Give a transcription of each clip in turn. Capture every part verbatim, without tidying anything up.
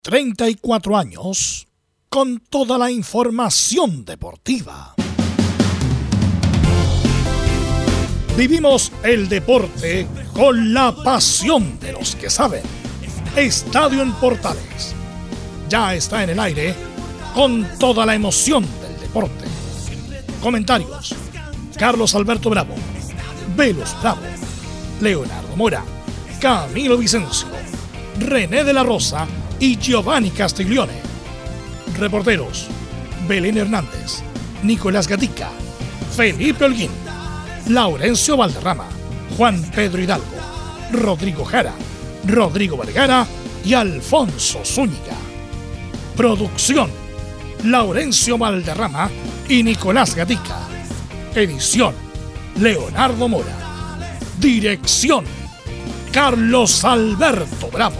treinta y cuatro años con toda la información deportiva. Vivimos el deporte con la pasión de los que saben. Estadio en Portales ya está en el aire con toda la emoción del deporte. Comentarios: Carlos Alberto Bravo, Velos Bravo, Leonardo Mora, Camilo Vicencio, René de la Rosa y Giovanni Castiglione. Reporteros: Belén Hernández, Nicolás Gatica, Felipe Holguín, Laurencio Valderrama, Juan Pedro Hidalgo, Rodrigo Jara, Rodrigo Vergara y Alfonso Zúñiga. Producción: Laurencio Valderrama y Nicolás Gatica. Edición: Leonardo Mora. Dirección: Carlos Alberto Bravo.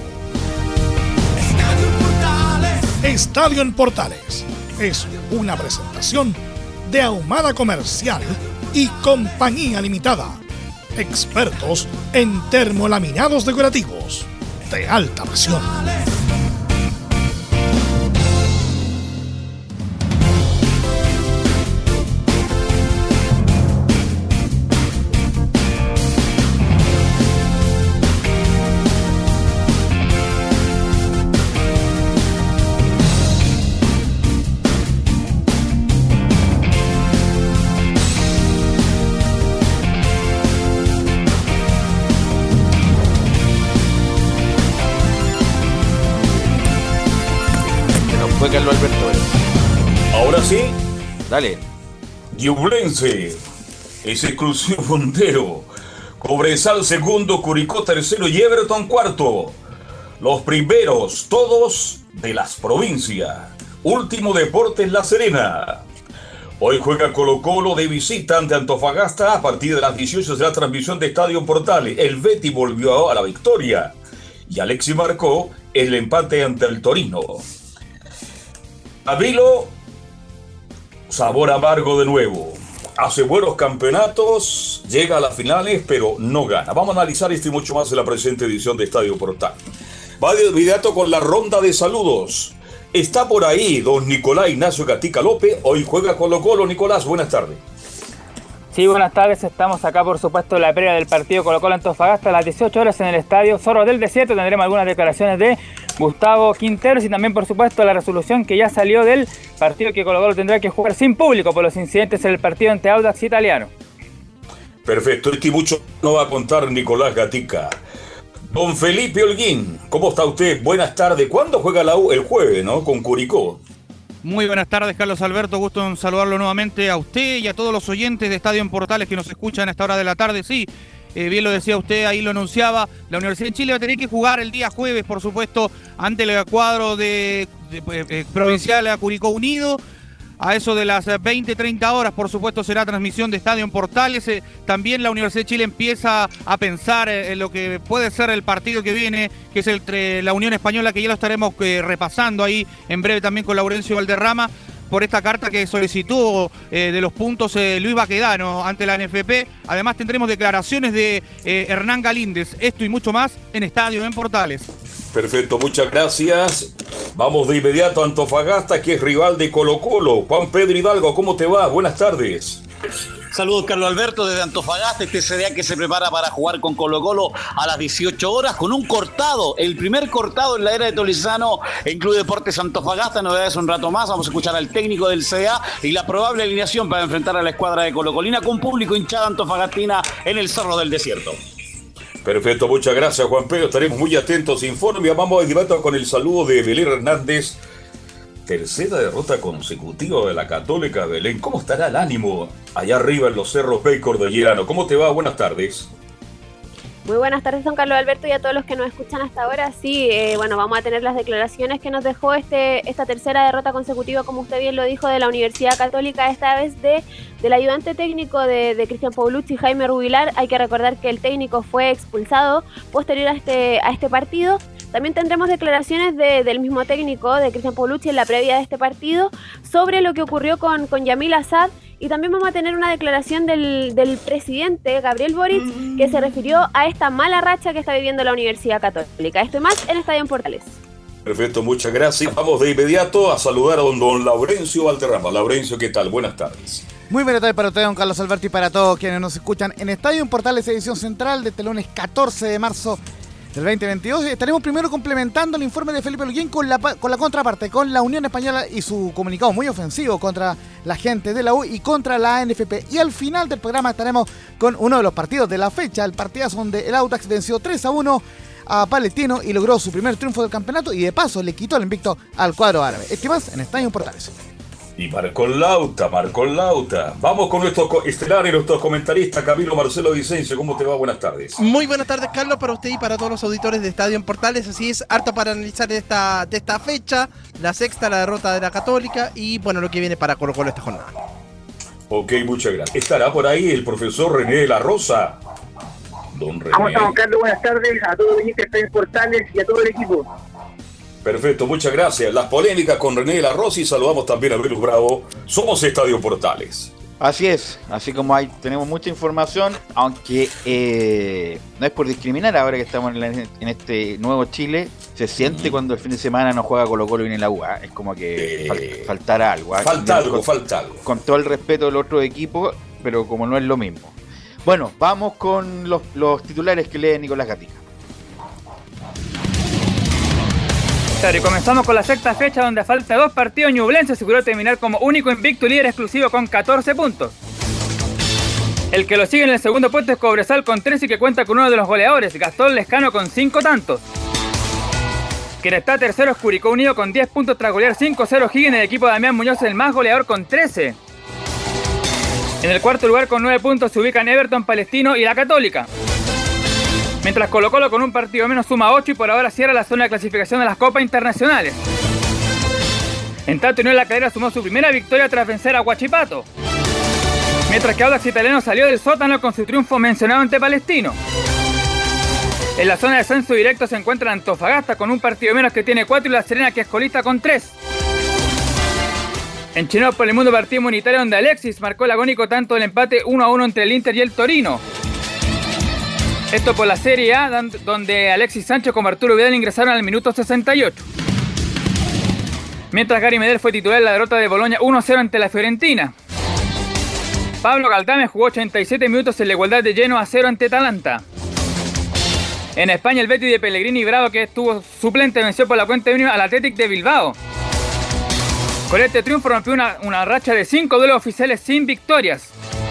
Estadio en Portales es una presentación de Ahumada Comercial y Compañía Limitada. Expertos en termolaminados decorativos de alta presión. Carlos Alberto. Ahora sí, dale. Ñublense es exclusivo puntero. Cobresal segundo, Curicó tercero y Everton cuarto. Los primeros, todos de las provincias. Último Deportes La Serena. Hoy juega Colo-Colo de visita ante Antofagasta. A partir de las dieciocho será transmisión de Estadio Portales. El Betis volvió a la victoria y Alexis marcó el empate ante el Torino. Avilo, sabor amargo de nuevo. Hace buenos campeonatos, llega a las finales, pero no gana. Vamos a analizar esto y mucho más en la presente edición de Estadio Portal. Va de inmediato con la ronda de saludos. Está por ahí don Nicolás Ignacio Gatica López. Hoy juega Colo-Colo. Nicolás, buenas tardes. Sí, buenas tardes. Estamos acá, por supuesto, en la previa del partido Colo-Colo Antofagasta a las dieciocho horas en el Estadio Zorro del Desierto. Tendremos algunas declaraciones de Gustavo Quinteros y también, por supuesto, la resolución que ya salió del partido que Colo-Colo tendrá que jugar sin público por los incidentes en el partido ante Audax Italiano. Perfecto. Este y mucho nos va a contar Nicolás Gatica. Don Felipe Holguín, ¿cómo está usted? Buenas tardes. ¿Cuándo juega la U? El jueves, ¿no? Con Curicó. Muy buenas tardes, Carlos Alberto. Gusto en saludarlo nuevamente a usted y a todos los oyentes de Estadio en Portales que nos escuchan a esta hora de la tarde. Sí, eh, bien lo decía usted, ahí lo anunciaba. La Universidad de Chile va a tener que jugar el día jueves, por supuesto, ante el cuadro de, de, de, de Provincial a Curicó Unido. A eso de las veinte, treinta horas, por supuesto, será transmisión de Estadio en Portales. Eh, también la Universidad de Chile empieza a pensar en lo que puede ser el partido que viene, que es entre la Unión Española, que ya lo estaremos eh, repasando ahí en breve también con Laurencio Valderrama, por esta carta que solicitó eh, de los puntos eh, Luis Baquedano ante la N F P. Además tendremos declaraciones de eh, Hernán Galíndez. Esto y mucho más en Estadio en Portales. Perfecto, muchas gracias. Vamos de inmediato a Antofagasta, que es rival de Colo-Colo. Juan Pedro Hidalgo, ¿cómo te va? Buenas tardes. Saludos, Carlos Alberto, desde Antofagasta. Este C D A que se prepara para jugar con Colo-Colo a las dieciocho horas con un cortado, el primer cortado en la era de Tolizano en Club Deportes Antofagasta. Novedades un rato más. Vamos a escuchar al técnico del C D A y la probable alineación para enfrentar a la escuadra de Colo-Colina con público hinchada antofagastina en el Cerro del Desierto. Perfecto, muchas gracias, Juan Pedro. Estaremos muy atentos. Informe. Vamos de inmediato con el saludo de Belén Hernández. Tercera derrota consecutiva de la Católica. Belén, ¿cómo estará el ánimo allá arriba en los cerros Bay Cordillerano? ¿Cómo te va? Buenas tardes. Muy buenas tardes, don Carlos Alberto, y a todos los que nos escuchan hasta ahora. Sí, eh, bueno, vamos a tener las declaraciones que nos dejó este esta tercera derrota consecutiva, como usted bien lo dijo, de la Universidad Católica, esta vez de del ayudante técnico de, de Cristian Paulucci, Jaime Rubilar. Hay que recordar que el técnico fue expulsado posterior a este, a este partido. También tendremos declaraciones de, del mismo técnico, de Cristian Paulucci, en la previa de este partido, sobre lo que ocurrió con, con Yamil Asad. Y también vamos a tener una declaración del, del presidente, Gabriel Boric, que se refirió a esta mala racha que está viviendo la Universidad Católica. Esto y más en Estadio en Portales. Perfecto, muchas gracias. Vamos de inmediato a saludar a don, don Laurencio Valderrama. Laurencio, ¿qué tal? Buenas tardes. Muy buenas tardes para usted, don Carlos Alberto, y para todos quienes nos escuchan en Estadio Portales, edición central de este lunes catorce de marzo del veinte veintidós. Estaremos primero complementando el informe de Felipe Holguín con la, con la contraparte, con la Unión Española y su comunicado muy ofensivo contra la gente de la U y contra la N F P. Y al final del programa estaremos con uno de los partidos de la fecha, el partidazo donde el Audax venció tres a uno a Palestino y logró su primer triunfo del campeonato y de paso le quitó el invicto al cuadro árabe. Este más en Estadio Portales. Y Marco Lauta, Marco Lauta. Vamos con nuestro estelar y nuestro comentarista Camilo Marcelo Vicencio. ¿Cómo te va? Buenas tardes. Muy buenas tardes, Carlos, para usted y para todos los auditores de Estadio en Portales. Así es, harto para analizar de esta, de esta fecha, la sexta, la derrota de la Católica y bueno, lo que viene para Colo Colo esta jornada. Ok, muchas gracias. Estará por ahí el profesor René de la Rosa. Don René. ¿Cómo estamos, Carlos? Buenas tardes a todos los de Estadio en Portales y a todo el equipo. Perfecto, muchas gracias. Las polémicas con René de la Rosa y saludamos también a Velus Bravo. Somos Estadio Portales. Así es, así como hay, tenemos mucha información, aunque eh, no es por discriminar ahora que estamos en, la, en este nuevo Chile, se siente mm. cuando el fin de semana no juega Colo Colo y viene la U A, es como que eh, fal, faltará algo. ¿eh? Falta algo, con, falta algo. Con todo el respeto del otro equipo, pero como no es lo mismo. Bueno, vamos con los, los titulares que lee Nicolás Gatica. Claro, y comenzamos con la sexta fecha donde a falta de dos partidos Ñublense aseguró terminar como único invicto y líder exclusivo con catorce puntos. El que lo sigue en el segundo puesto es Cobresal con trece y que cuenta con uno de los goleadores, Gastón Lescano con cinco tantos. Quien está tercero es Curicó Unido con diez puntos tras golear cinco cero Higgins. El equipo de Damián Muñoz es el más goleador con trece. En el cuarto lugar con nueve puntos se ubican Everton, Palestino y la Católica. Mientras Colo Colo con un partido menos suma ocho y por ahora cierra la zona de clasificación de las Copas Internacionales. En tanto, Unión La Calera sumó su primera victoria tras vencer a Huachipato. Mientras que Audax Italiano salió del sótano con su triunfo mencionado ante Palestino. En la zona de descenso directo se encuentra Antofagasta con un partido menos que tiene cuatro y La Serena que es colista con tres. En Chino por el mundo partido unitario donde Alexis marcó el agónico tanto del empate uno a uno entre el Inter y el Torino. Esto por la Serie A, donde Alexis Sánchez como Arturo Vidal ingresaron al minuto sesenta y ocho. Mientras Gary Medel fue titular en la derrota de Boloña uno a cero ante la Fiorentina. Pablo Galdames jugó ochenta y siete minutos en la igualdad de Genoa a cero ante Atalanta. En España el Betis de Pellegrini Bravo, que estuvo suplente, venció por la cuenta mínima al Athletic de Bilbao. Con este triunfo rompió una, una racha de cinco duelos oficiales sin victorias.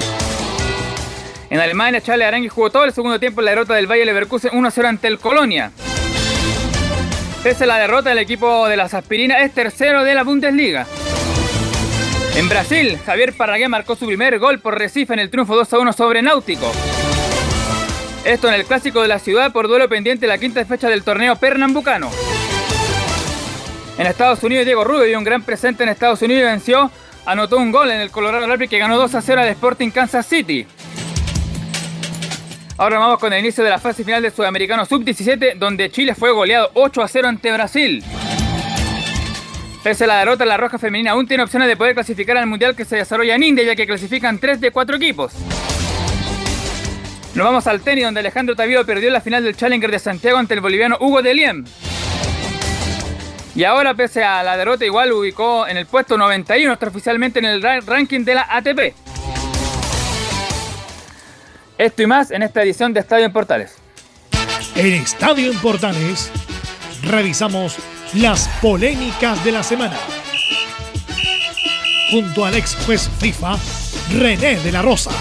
En Alemania, Charles Arangui jugó todo el segundo tiempo en la derrota del Bayer Leverkusen uno a cero ante el Colonia. Pese a la derrota, el equipo de las Aspirinas es tercero de la Bundesliga. En Brasil, Javier Parragué marcó su primer gol por Recife en el triunfo dos a uno sobre Náutico. Esto en el clásico de la ciudad por duelo pendiente de la quinta fecha del torneo pernambucano. En Estados Unidos, Diego Rubio dio un gran presente en Estados Unidos y venció, anotó un gol en el Colorado Rapids que ganó dos a cero al Sporting Kansas City. Ahora vamos con el inicio de la fase final del Sudamericano sub diecisiete, donde Chile fue goleado ocho a cero ante Brasil. Pese a la derrota, la Roja Femenina aún tiene opciones de poder clasificar al Mundial que se desarrolla en India, ya que clasifican tres de cuatro equipos. Nos vamos al tenis, donde Alejandro Tavido perdió la final del Challenger de Santiago ante el boliviano Hugo Deliem. Y ahora, pese a la derrota, igual ubicó en el puesto noventa y uno extraoficialmente en el ranking de la A T P. Esto y más en esta edición de Estadio en Portales. En Estadio en Portales revisamos las polémicas de la semana. Junto al ex juez FIFA, René de la Rosa.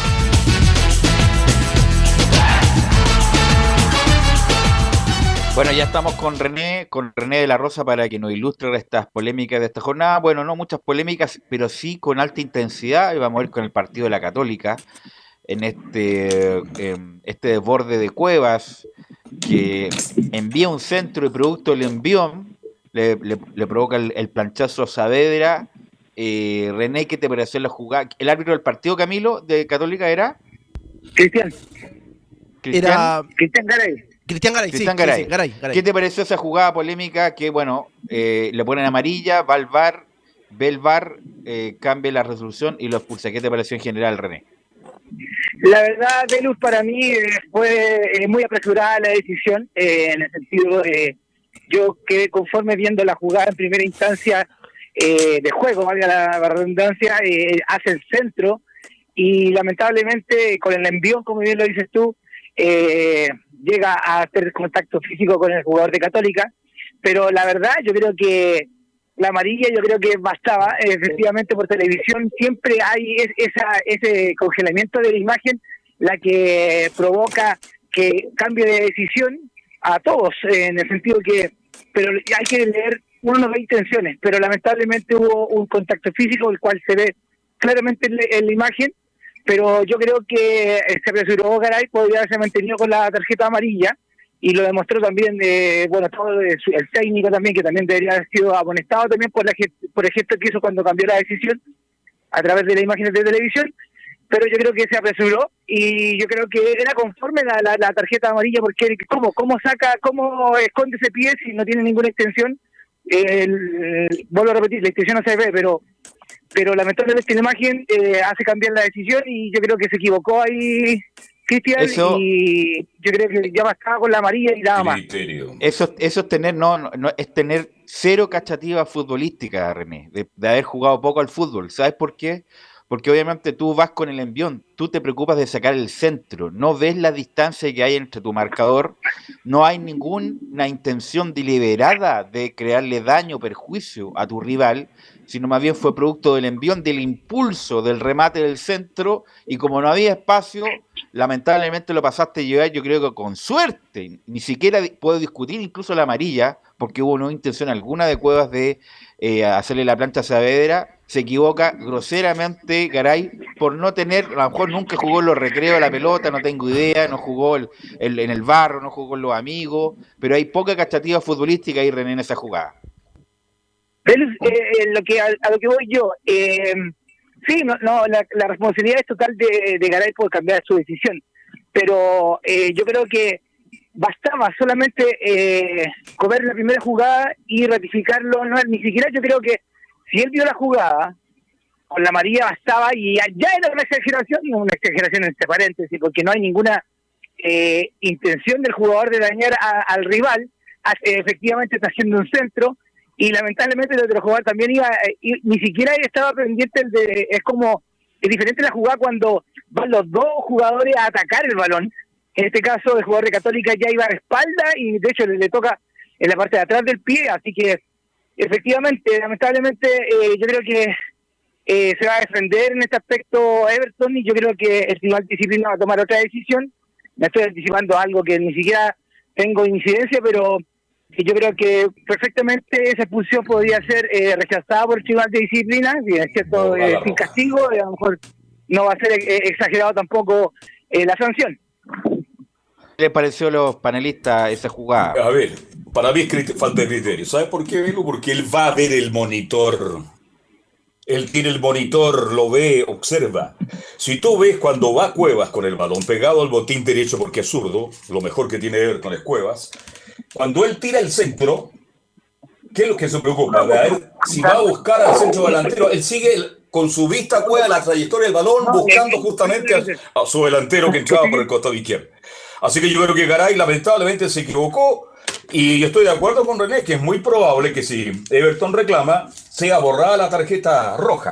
Bueno, ya estamos con René, con René de la Rosa para que nos ilustre estas polémicas de esta jornada. Bueno, no muchas polémicas, pero sí con alta intensidad. Y vamos a ir con el partido de la Católica en este, eh, este desborde de Cuevas, que envía un centro y producto del envío, le, le, le provoca el, el planchazo a Saavedra. Eh, René, ¿qué te pareció la jugada? ¿El árbitro del partido, Camilo, de Católica era? Cristian. ¿Cristian? Era Cristian Garay. Cristian Garay, Cristian sí, Garay. Sí, sí, Garay, Garay. ¿Qué te pareció esa jugada polémica que, bueno, eh, le ponen amarilla, va al V A R, ve el V A R, eh, cambia la resolución y lo expulsa? ¿Qué te pareció en general, René? La verdad, Velus, para mí eh, fue eh, muy apresurada la decisión, eh, en el sentido de yo quedé conforme viendo la jugada en primera instancia eh, de juego, valga la redundancia, eh, hacia el centro, y lamentablemente con el envión, como bien lo dices tú, eh, llega a hacer contacto físico con el jugador de Católica, pero la verdad yo creo que la amarilla yo creo que bastaba. Efectivamente por televisión siempre hay es, esa, ese congelamiento de la imagen la que provoca que cambie de decisión a todos, en el sentido que, pero hay que leer, uno no ve intenciones, pero lamentablemente hubo un contacto físico, el cual se ve claramente en, en la imagen, pero yo creo que se apresuró Garay, podría haberse mantenido con la tarjeta amarilla, y lo demostró también, eh, bueno, todo el, el técnico también, que también debería haber sido amonestado también por, la, por el gesto que hizo cuando cambió la decisión a través de las imágenes de televisión, pero yo creo que se apresuró, y yo creo que era conforme la, la, la tarjeta amarilla, porque ¿cómo, cómo saca, cómo esconde ese pie si no tiene ninguna extensión? El, vuelvo a repetir, la extensión no se ve, pero pero lamentablemente la imagen eh, hace cambiar la decisión, y yo creo que se equivocó ahí Cristian, Eso, y yo creo que ya bastaba con la amarilla y nada más. Eso, eso es tener, no, no, no, es tener cero cachativa futbolística, René, de, de haber jugado poco al fútbol. ¿Sabes por qué? Porque obviamente tú vas con el envión, tú te preocupas de sacar el centro, no ves la distancia que hay entre tu marcador, no hay ninguna intención deliberada de crearle daño o perjuicio a tu rival, sino más bien fue producto del envión, del impulso, del remate del centro, y como no había espacio, lamentablemente lo pasaste a llevar, yo creo que con suerte, ni siquiera puedo discutir incluso la amarilla, porque hubo no intención alguna de Cuevas de eh, hacerle la plancha a Saavedra. Se equivoca groseramente Garay por no tener, a lo mejor nunca jugó en los recreos de la pelota, no tengo idea, no jugó el, el, en el barro, no jugó con los amigos, pero hay poca cachativa futbolística ahí, René, en esa jugada. Pero, eh, lo que, a, a lo que voy yo, eh, sí, no, no la, la responsabilidad es total de, de Garay por cambiar su decisión, pero eh, yo creo que bastaba solamente eh, comer la primera jugada y ratificarlo, no, ni siquiera yo creo que si él vio la jugada, con la amarilla bastaba, y ya era una exageración, una exageración entre paréntesis, porque no hay ninguna eh, intención del jugador de dañar a, al rival, a, eh, efectivamente está haciendo un centro, y lamentablemente el otro jugador también iba, eh, y, ni siquiera estaba pendiente el de, es como, es diferente la jugada cuando van los dos jugadores a atacar el balón. En este caso el jugador de Católica ya iba a espalda, y de hecho le, le toca en la parte de atrás del pie, así que efectivamente, lamentablemente, eh, yo creo que eh, se va a defender en este aspecto Everton, y yo creo que el Tribunal de Disciplina va a tomar otra decisión. Me estoy anticipando algo que ni siquiera tengo incidencia, pero yo creo que perfectamente esa expulsión podría ser eh, rechazada por el Tribunal de Disciplina, si es cierto, eh, sin castigo, y a lo mejor no va a ser eh, exagerado tampoco eh, la sanción. ¿Qué les pareció a los panelistas esa jugada? A ver, para mí es crit- falta de criterio. ¿Sabes por qué, Velo? Porque él va a ver el monitor. Él tiene el monitor, lo ve, observa. Si tú ves cuando va Cuevas con el balón pegado al botín derecho, porque es zurdo, lo mejor que tiene Everton es Cuevas, cuando él tira el centro, ¿qué es lo que se preocupa? De ver si va a buscar al centro delantero. Él sigue el, con su vista Cueva la trayectoria del balón, buscando justamente a, a su delantero que entraba por el costado izquierdo. Así que yo creo que Garay lamentablemente se equivocó, y estoy de acuerdo con René que es muy probable que si Everton reclama sea borrada la tarjeta roja.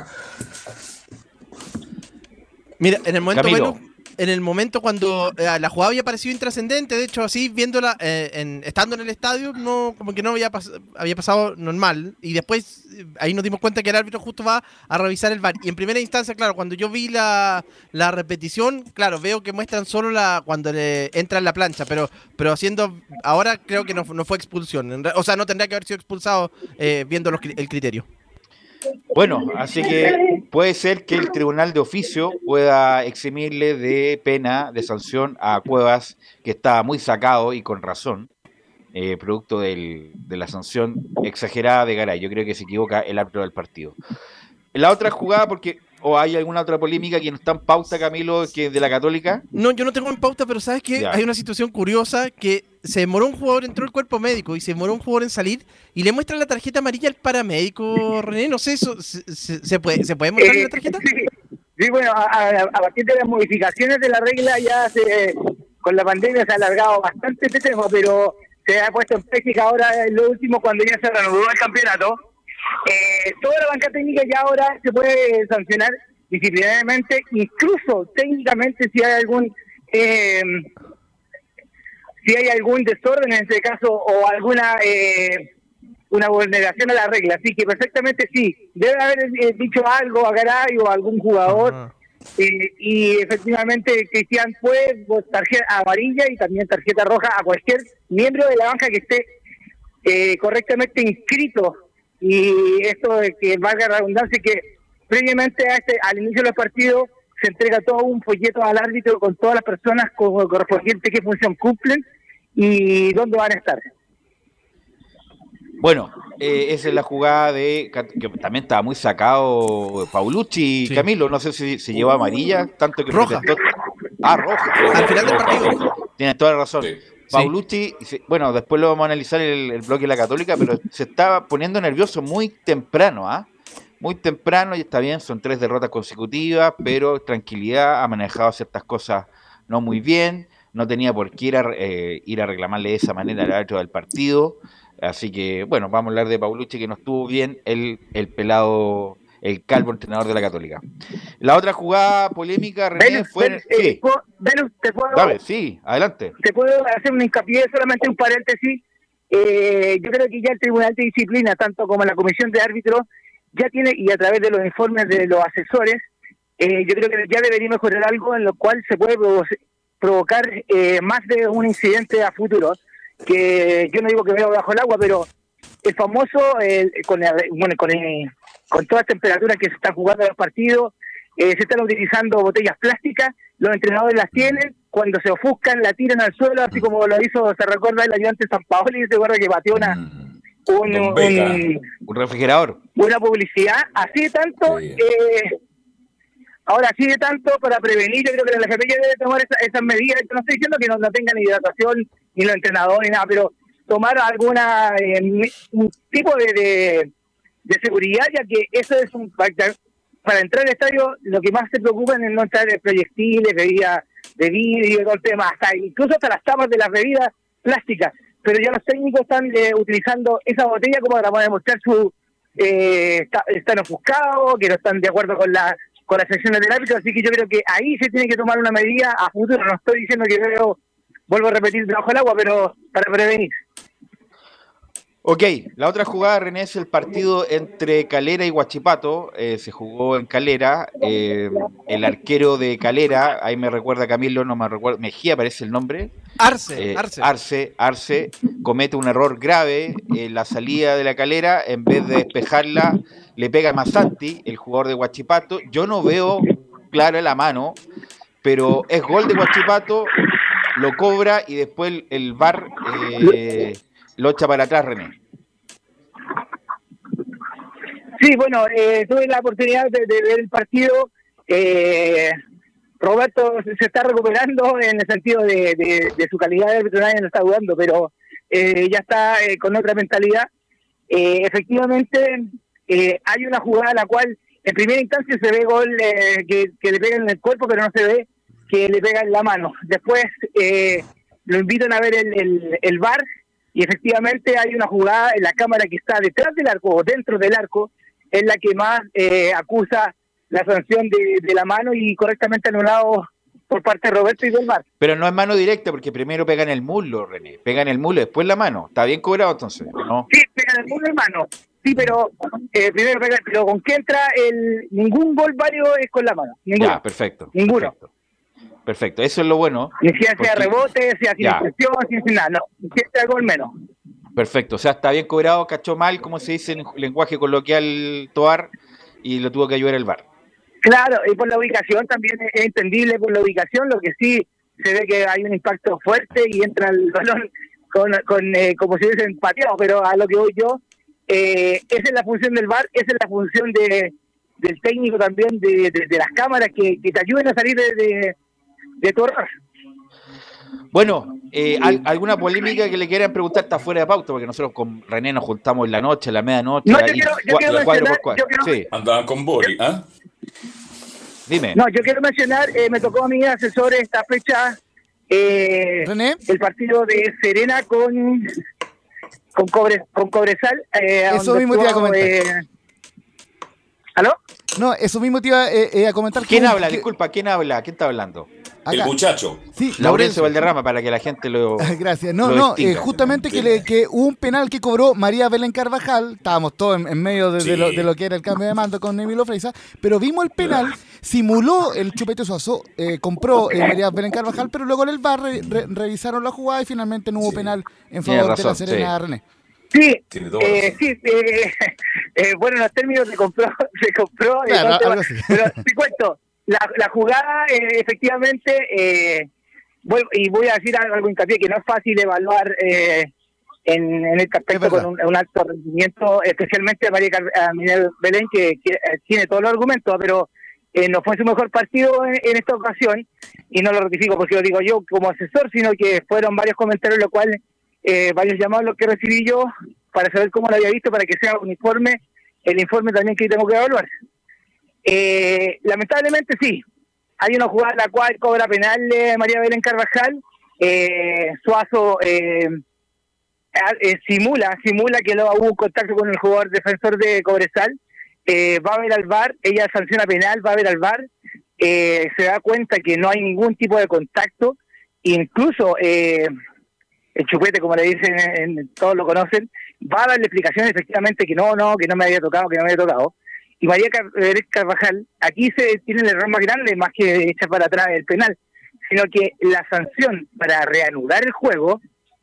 Mira, en el momento, Camilo. bueno, en el momento cuando eh, la jugada había parecido intrascendente, de hecho así viéndola, eh, en, estando en el estadio, no como que no había, pas había pasado normal, y después eh, ahí nos dimos cuenta que el árbitro justo va a revisar el V A R, y en primera instancia, claro, cuando yo vi la, la repetición, claro, veo que muestran solo la cuando le entra en la plancha, pero pero haciendo, ahora creo que no, no fue expulsión, o sea, no tendría que haber sido expulsado eh, viendo los, el criterio. Bueno, así que puede ser que el tribunal de oficio pueda eximirle de pena, de sanción a Cuevas, que estaba muy sacado y con razón, eh, producto del, de la sanción exagerada de Garay. Yo creo que se equivoca el árbitro del partido. La otra jugada, porque o hay alguna otra polémica que no está en pauta, Camilo, que de la Católica. No, yo no tengo en pauta, pero ¿sabes qué? Ya. Hay una situación curiosa que se demoró un jugador, entró el cuerpo médico y se demoró un jugador en salir y le muestran la tarjeta amarilla al paramédico, René. No sé, eso, se, se, ¿se puede se puede mostrar Eh, la tarjeta? Sí, sí, bueno, a, a, a partir de las modificaciones de la regla ya se, con la pandemia se ha alargado bastante este tema, pero se ha puesto en práctica ahora en lo último cuando ya se reanudó el campeonato. Eh, toda la banca técnica ya ahora se puede sancionar disciplinariamente, incluso técnicamente si hay algún eh, si hay algún desorden en este caso o alguna eh, una vulneración a la regla. Así que perfectamente sí, debe haber eh, dicho algo a Garay o a algún jugador. Uh-huh. Eh, y efectivamente Cristian fue tarjeta amarilla y también tarjeta roja a cualquier miembro de la banca que esté eh, correctamente inscrito, y esto de que valga la redundancia, que previamente a este, al inicio del partido se entrega todo un folleto al árbitro con todas las personas correspondientes qué función cumplen y dónde van a estar. Bueno, eh, esa es la jugada de que también estaba muy sacado Paulucci, sí. Camilo, no sé si se llevó amarilla, tanto que roja. Protestó. Ah, roja. Al final del partido. Tienes toda la razón. Sí. Paulucci, sí. Bueno, después lo vamos a analizar el, el bloque de la Católica, pero se estaba poniendo nervioso muy temprano, ¿ah? ¿eh? Muy temprano, y está bien, son tres derrotas consecutivas, pero tranquilidad, ha manejado ciertas cosas no muy bien, no tenía por qué ir a, eh, ir a reclamarle de esa manera al árbitro del partido. Así que, bueno, vamos a hablar de Paulucci, que no estuvo bien, el, el pelado, el calvo entrenador de la Católica. La otra jugada polémica, René, Venus, fue... Venus, eh, ¿puedo, Venus, ¿te puedo, Dale, sí, adelante. Te puedo hacer un hincapié, solamente un paréntesis. Eh, yo creo que ya el Tribunal de Disciplina, tanto como la Comisión de Árbitros, ya tiene, y a través de los informes de los asesores, eh, yo creo que ya debería mejorar algo en lo cual se puede provo- provocar eh, más de un incidente a futuro, que yo no digo que veo bajo el agua, pero el famoso, eh, con, el, bueno, con, el, con todas las temperaturas que se están jugando en los partidos, eh, se están utilizando botellas plásticas, los entrenadores las tienen, cuando se ofuscan la tiran al suelo, así como lo hizo, se recuerda el ayudante San Paoli, se recuerda que batió una, un, un, un refrigerador, una publicidad, así de tanto, sí. eh, ahora así de tanto para prevenir. Yo creo que la F P ya debe tomar esa, esas medidas. Yo no estoy diciendo que no, no tengan hidratación, ni los entrenadores, ni nada, pero tomar alguna eh, un tipo de, de, de seguridad, ya que eso es un factor. Para entrar al estadio, lo que más se preocupan es no entrar de proyectiles, bebidas de vidrio, todo el tema, hasta incluso hasta las tapas de las bebidas plásticas. Pero ya los técnicos están eh, utilizando esa botella como para demostrar su eh, está, están ofuscados, que no están de acuerdo con la con las secciones del árbitro, así que yo creo que ahí se tiene que tomar una medida a futuro. No estoy diciendo que veo, vuelvo a repetir, debajo del agua, pero para prevenir. Ok, la otra jugada, René, es el partido entre Calera y Huachipato. Eh, se jugó en Calera. Eh, el arquero de Calera, ahí me recuerda Camilo, no me recuerdo, Mejía parece el nombre. Arce, eh, Arce. Arce, Arce, comete un error grave en la salida de la Calera. En vez de despejarla, le pega a Masanti, el jugador de Huachipato. Yo no veo clara la mano, pero es gol de Huachipato, lo cobra y después el, el V A R eh, lo echa para atrás, René. Sí, bueno, eh, tuve la oportunidad de, de ver el partido. Eh, Roberto se está recuperando en el sentido de, de, de su calidad de árbitro, nadie no está jugando, pero eh, ya está eh, con otra mentalidad. Eh, efectivamente, eh, hay una jugada en la cual en primera instancia se ve gol eh, que, que le pega en el cuerpo, pero no se ve que le pega en la mano. Después eh, lo invitan a ver el, el, el V A R, y efectivamente hay una jugada en la cámara que está detrás del arco o dentro del arco, es la que más eh, acusa la sanción de, de la mano y correctamente anulado por parte de Roberto y del V A R. Pero no es mano directa, porque primero pega en el muslo, René. Pega en el muslo, después la mano. ¿Está bien cobrado entonces? ¿No? Sí, pega en el muslo, hermano. Sí, pero eh, primero pega, pero con que entra el ningún gol válido es con la mano. Ninguno. Ya, perfecto. Ninguno. Perfecto. Perfecto, eso es lo bueno. Ni siquiera sea rebote, sea sin intención, sin nada, no. Si entra el gol menos. Perfecto, o sea, está bien cobrado, cachó mal, como se dice en lenguaje coloquial, Toar, y lo tuvo que ayudar el V A R. Claro, y por la ubicación también es entendible por la ubicación, lo que sí se ve que hay un impacto fuerte y entra el balón con, con eh, como si hubiesen pateado, pero a lo que voy yo, eh, esa es la función del V A R, esa es la función de del técnico también, de, de, de las cámaras, que, que te ayuden a salir de, de, de tu error. Bueno, eh, ¿al, ¿alguna polémica que le quieran preguntar? Está fuera de pauta, porque nosotros con René nos juntamos en la noche, en la medianoche. No, yo quiero, yo quiero mencionar, yo quiero, sí. Andaban con Bori, ¿ah? Dime. No, yo quiero mencionar, eh, me tocó a mí asesor esta fecha Eh, René. El partido de Serena con con, Cobre, con Cobresal. Eh, Eso mismo te iba a comentar. Eh, ¿Aló? No, eso mismo te iba eh, eh, a comentar. ¿Quién que, habla? que, Disculpa, ¿quién habla? ¿Quién está hablando? acá. El muchacho. Sí, Laurencio Valderrama, para que la gente lo. Gracias. No, lo no, eh, distinga. justamente que, le, que hubo un penal que cobró María Belén Carvajal. Estábamos todos en, en medio de, Sí. de, lo, de lo que era el cambio de mando con Emilio Freisa, pero vimos el penal, simuló el Chupete Suazo, eh, compró eh, María Belén Carvajal, pero luego en el V A R re, re, revisaron la jugada y finalmente no hubo Sí. penal en Tiene favor razón, de la Serena, sí. René. Sí, Tiene todo eh, razón. sí eh, eh, bueno, en los términos se compró, se compró, eh, Claro, todo el tema. algo así. Pero te cuento, la, la jugada eh, efectivamente, eh, voy, y voy a decir algo, algo hincapié, que no es fácil evaluar eh, en, en este Es aspecto verdad. con un, un alto rendimiento, especialmente a María Car- a María Belén, que, que eh, tiene todos los argumentos, pero eh, no fue su mejor partido en, en esta ocasión, y no lo ratifico porque lo digo yo como asesor, sino que fueron varios comentarios, lo cual eh, varios llamados los que recibí yo para saber cómo lo había visto, para que sea un informe, el informe también que tengo que evaluar. Eh, lamentablemente sí, hay una jugada en la cual cobra penal eh, María Belén Carvajal, eh, Suazo eh, eh, simula, simula que luego hubo un contacto con el jugador defensor de Cobresal, eh, va a ver al V A R, ella sanciona penal, va a ver al V A R, eh, se da cuenta que no hay ningún tipo de contacto, incluso eh, el Chupete, como le dicen, en, en, todos lo conocen, va a darle explicaciones efectivamente que no, no, que no me había tocado, que no me había tocado. Y María Car Carvajal, aquí se tiene el error más grande, más que echar para atrás el penal, sino que la sanción para reanudar el juego,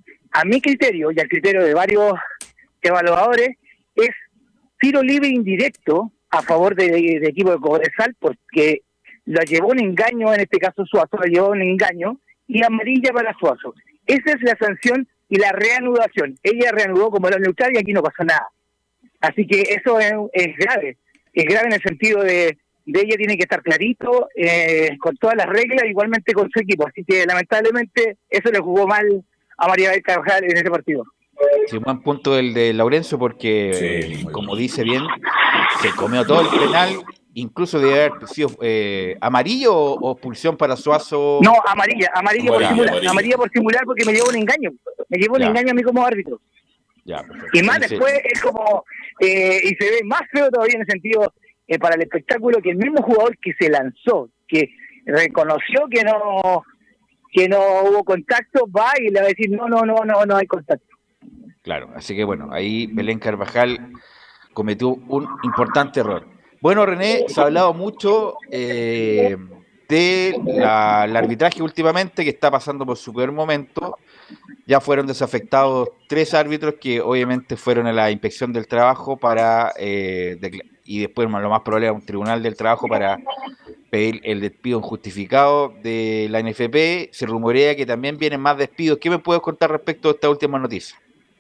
a mi criterio y al criterio de varios evaluadores, es tiro libre indirecto a favor del de, de equipo de Cobresal, porque lo llevó un engaño, en este caso Suazo, lo llevó un engaño, y amarilla para Suazo. Esa es la sanción y la reanudación. Ella reanudó como era neutral y aquí no pasó nada. Así que eso es, es grave. Es grave en el sentido de, de ella tiene que estar clarito, eh, con todas las reglas, igualmente con su equipo. Así que lamentablemente eso le jugó mal a María Belén Carvajal en ese partido. Sí, buen punto el de Laurencio, porque, Sí, como dice bien, se comió todo el penal, incluso debe haber sido eh, amarillo o, o expulsión para Suazo. No, amarilla, amarilla, por Amarilla, simular, amarilla. amarilla por simular porque me llevó un engaño. Me llevó un Ya. engaño a mí como árbitro. Ya, perfecto. Y más Dice- después es como, eh, y se ve más feo todavía en el sentido, eh, para el espectáculo, que el mismo jugador que se lanzó, que reconoció que no que no hubo contacto, va y le va a decir, no, no, no, no, no hay contacto. Claro, así que bueno, ahí Belén Carvajal cometió un importante error. Bueno, René, se ha hablado mucho eh, de la, el arbitraje últimamente, que está pasando por su peor momento. Ya fueron desafectados tres árbitros que obviamente fueron a la inspección del trabajo para eh, y después lo más probable a un tribunal del trabajo para pedir el despido injustificado de la N F P. Se rumorea que también vienen más despidos. ¿Qué me puedes contar respecto a esta última noticia?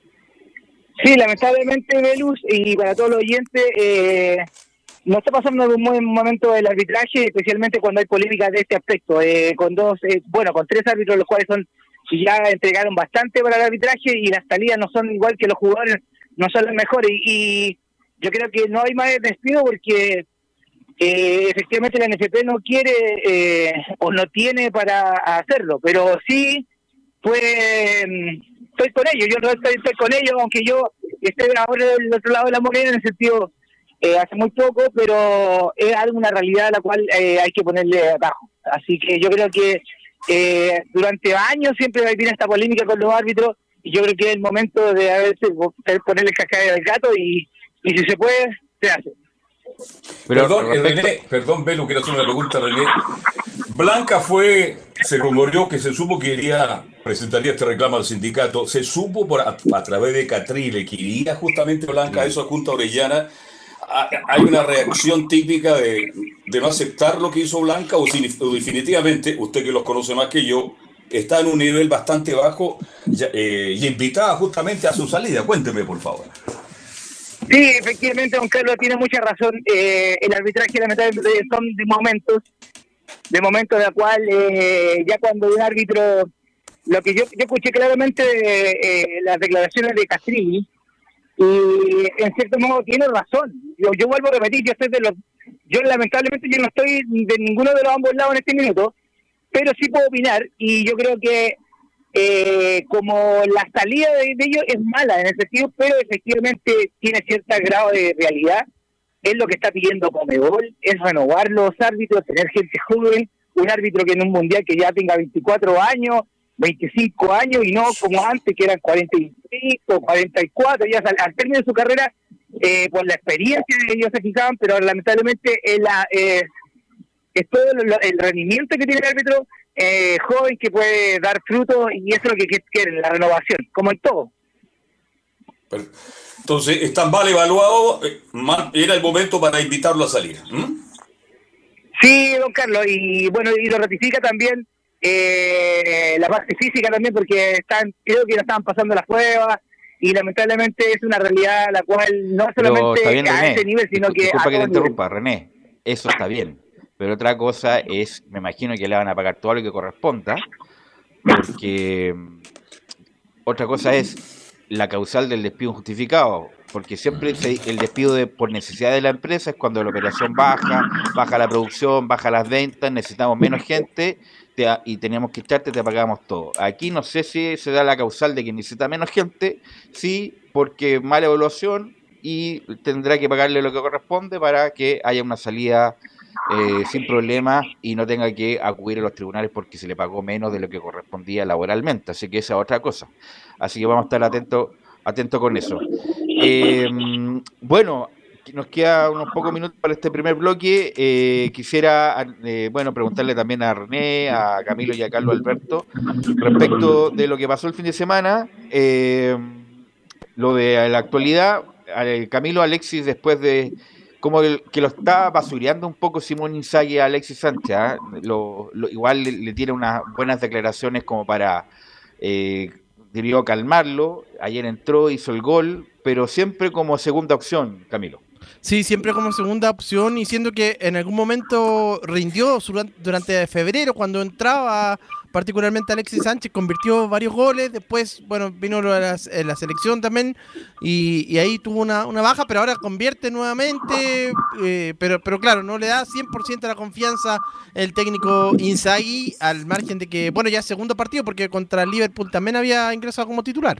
Sí, lamentablemente, Velus, y para todos los oyentes, eh, no está pasando un buen momento del arbitraje, especialmente cuando hay polémicas de este aspecto, eh, con dos, eh, bueno, con tres árbitros, los cuales son ya entregaron bastante para el arbitraje y las salidas no son igual que los jugadores, no son las mejores, y, y yo creo que no hay más despido porque eh, efectivamente la N F P no quiere eh, o no tiene para hacerlo, pero sí fue... estoy con ellos, yo no estoy, estoy con ellos, aunque yo esté ahora del otro lado de la moneda en el sentido eh, hace muy poco, pero es alguna realidad a la cual eh, hay que ponerle atajo. Así que yo creo que eh, durante años siempre va a haber esta polémica con los árbitros y yo creo que es el momento de a veces ponerle cascabel al gato y, y si se puede, se hace. Pero perdón, eh, respecto- René, perdón, Belu, quiero hacer una pregunta, René. Blanca fue, se rumoreó que se supo que iría, presentaría este reclamo al sindicato. Se supo por a, a través de Catrile que iría justamente Blanca a eso a Junta Orellana. A- Hay una reacción típica de, de no aceptar lo que hizo Blanca o, si, o definitivamente, usted que los conoce más que yo, está en un nivel bastante bajo ya, eh, y invitada justamente a su salida. Cuénteme, por favor. Sí, efectivamente, don Carlos tiene mucha razón. Eh, el arbitraje lamentablemente son de momentos, de momentos de la cual eh, ya cuando un árbitro, lo que yo, yo escuché claramente eh, las declaraciones de Castrilli y en cierto modo tiene razón. Yo, yo vuelvo a repetir, yo estoy de los, yo lamentablemente yo no estoy de ninguno de los ambos lados en este minuto, pero sí puedo opinar, y yo creo que eh, como la salida de, de ellos es mala en ese sentido, pero efectivamente tiene cierto grado de realidad, es lo que está pidiendo Conmebol, es renovar los árbitros, tener gente joven, un árbitro que en un mundial que ya tenga veinticuatro años, veinticinco años, y no como antes que eran cuarenta y cinco, cuarenta y cuatro, ya al, al término de su carrera, eh, por la experiencia ellos se fijaban, pero lamentablemente es, la, eh, es todo lo, el rendimiento que tiene el árbitro eh, joven que puede dar fruto, y eso es lo que quieren, la renovación, como en todo. Entonces, están mal evaluados, era el momento para invitarlo a salir. ¿Mm? Sí, don Carlos, y bueno, y lo ratifica también eh, la parte física también, porque están, creo que no estaban pasando las pruebas, y lamentablemente es una realidad la cual no solamente bien, a René, ese nivel, sino que disculpa a que te todo interrumpa, René, eso está bien, pero otra cosa es, me imagino que le van a pagar todo lo que corresponda, porque otra cosa es la causal del despido injustificado, porque siempre se, el despido de, por necesidad de la empresa es cuando la operación baja, baja la producción, baja las ventas, necesitamos menos gente te, y teníamos que echarte, te pagamos todo. Aquí no sé si se da la causal de que necesita menos gente, sí, porque mala evaluación, y tendrá que pagarle lo que corresponde para que haya una salida eh, sin problemas y no tenga que acudir a los tribunales porque se le pagó menos de lo que correspondía laboralmente. Así que esa es otra cosa. Así que vamos a estar atentos atento con eso. Eh, bueno, nos queda unos pocos minutos para este primer bloque. Eh, quisiera eh, bueno, preguntarle también a René, a Camilo y a Carlos Alberto respecto de lo que pasó el fin de semana, eh, lo de la actualidad. Camilo, Alexis, después de como el, que lo está basureando un poco Simón Inzaghi a Alexis Sánchez, ¿eh? lo, lo, igual le, le tiene unas buenas declaraciones como para eh, diría calmarlo. Ayer entró, hizo el gol, pero siempre como segunda opción, Camilo. Sí, siempre como segunda opción, y siendo que en algún momento rindió durante febrero cuando entraba, particularmente Alexis Sánchez, convirtió varios goles, después, bueno, vino la, la selección también, y, y ahí tuvo una, una baja, pero ahora convierte nuevamente, eh, pero, pero claro, no le da cien por ciento la confianza el técnico Inzaghi, al margen de que, bueno, ya es segundo partido, porque contra el Liverpool también había ingresado como titular.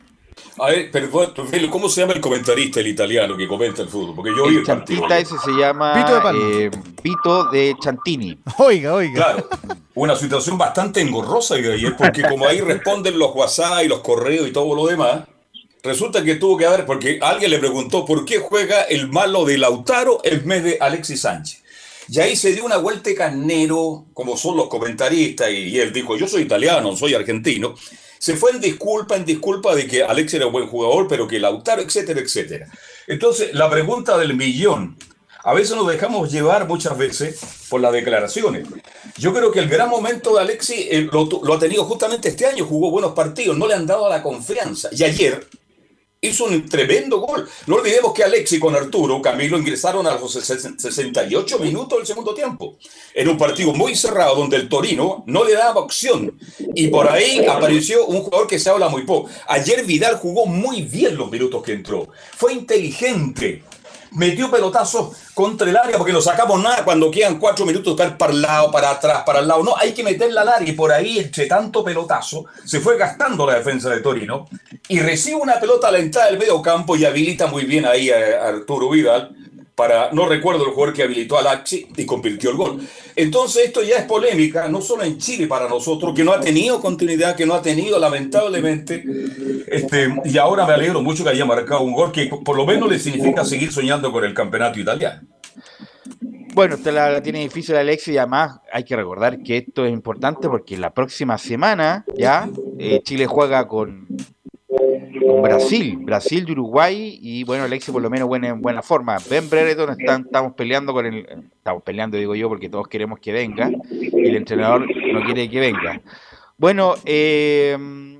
A ver, perdón, ¿cómo se llama el comentarista, el italiano que comenta el fútbol? Porque yo el vi el chantista partido. Ese se llama Vito de Palma. Eh, Vito de Chantini. Oiga, oiga. Claro, una situación bastante engorrosa de ayer, porque como ahí responden los WhatsApp y los correos y todo lo demás, resulta que tuvo que haber, porque alguien le preguntó por qué juega el malo de Lautaro en vez de Alexis Sánchez. Y ahí se dio una vuelta de carnero, como son los comentaristas, y, y él dijo, yo soy italiano, soy argentino. Se fue en disculpa, en disculpa de que Alexis era un buen jugador, pero que Lautaro, etcétera, etcétera. Entonces, la pregunta del millón. A veces nos dejamos llevar muchas veces por las declaraciones. Yo creo que el gran momento de Alexis eh, lo, lo ha tenido justamente este año, jugó buenos partidos, no le han dado la confianza. Y ayer hizo un tremendo gol. No olvidemos que Alexis con Arturo Camilo ingresaron a los sesenta y ocho minutos del segundo tiempo. En un partido muy cerrado donde el Torino no le daba opción. Y por ahí apareció un jugador que se habla muy poco. Ayer Vidal jugó muy bien los minutos que entró. Fue inteligente. Metió pelotazos contra el área porque no sacamos nada cuando quedan cuatro minutos para, para el lado, para atrás, para el lado. No, hay que meterla al área, y por ahí, entre tanto pelotazo, se fue gastando la defensa de Torino y recibe una pelota a la entrada del medio campo y habilita muy bien ahí a Arturo Vidal para, no recuerdo el jugador que habilitó a Alexis y convirtió el gol. Entonces esto ya es polémica, no solo en Chile para nosotros, que no ha tenido continuidad, que no ha tenido lamentablemente, este, y ahora me alegro mucho que haya marcado un gol que por lo menos le significa seguir soñando con el campeonato italiano. Bueno, usted la, la tiene difícil, Alexis, y además hay que recordar que esto es importante porque la próxima semana ya eh, Chile juega con, con Brasil, Brasil y Uruguay, y bueno, Alexis por lo menos buena, en buena forma. Ben Brereton, están, estamos peleando con el, estamos peleando digo yo porque todos queremos que venga y el entrenador no quiere que venga. Bueno, eh,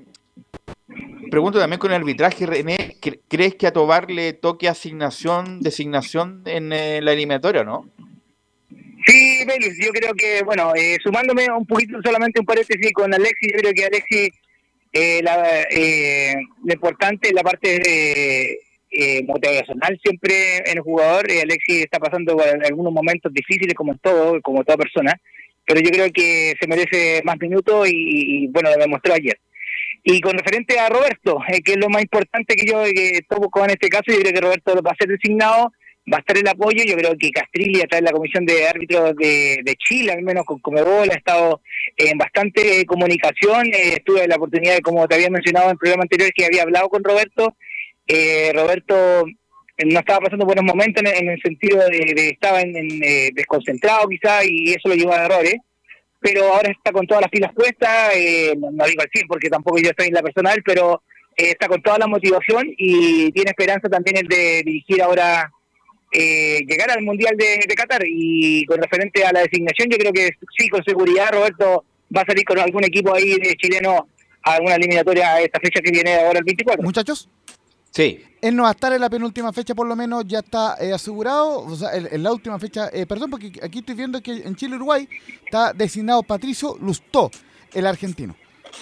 pregunto también con el arbitraje, René, ¿crees que a Tobar le toque asignación, designación en eh, la eliminatoria, no? Sí, Belis, yo creo que, bueno, eh, sumándome un poquito, solamente un paréntesis con Alexis, yo creo que Alexis, eh, la, eh, lo importante es la parte de, eh, motivacional siempre en el jugador. eh, Alexis está pasando por algunos momentos difíciles como en todo, como toda persona, pero yo creo que se merece más minutos y, y bueno, lo demostró ayer. Y con referente a Roberto, eh, que es lo más importante que yo que toco en este caso, yo creo que Roberto va a ser designado, va a estar el apoyo. Yo creo que Castrilli, a través de la Comisión de Árbitros de, de Chile, al menos con Conmebol, ha estado en bastante eh, comunicación. Eh, tuve la oportunidad, de, como te había mencionado en el programa anterior, que había hablado con Roberto. Eh, Roberto no estaba pasando buenos momentos en, en el sentido de, de estaba en, en, eh, desconcentrado quizás, y eso lo llevó a errores. Pero ahora está con todas las pilas puestas, eh, no, no digo al cien porque tampoco yo estoy en la personal, pero eh, está con toda la motivación y tiene esperanza también el de dirigir ahora, eh, llegar al Mundial de, de Qatar. Y con referente a la designación, yo creo que sí, con seguridad Roberto va a salir con algún equipo ahí de chileno a alguna eliminatoria a esta fecha que viene ahora el veinticuatro. Muchachos. Sí. Él no va a estar en la penúltima fecha, por lo menos ya está eh, asegurado. O sea, en, en la última fecha, eh, perdón, porque aquí estoy viendo que en Chile-Uruguay está designado Patricio Lustó, el argentino.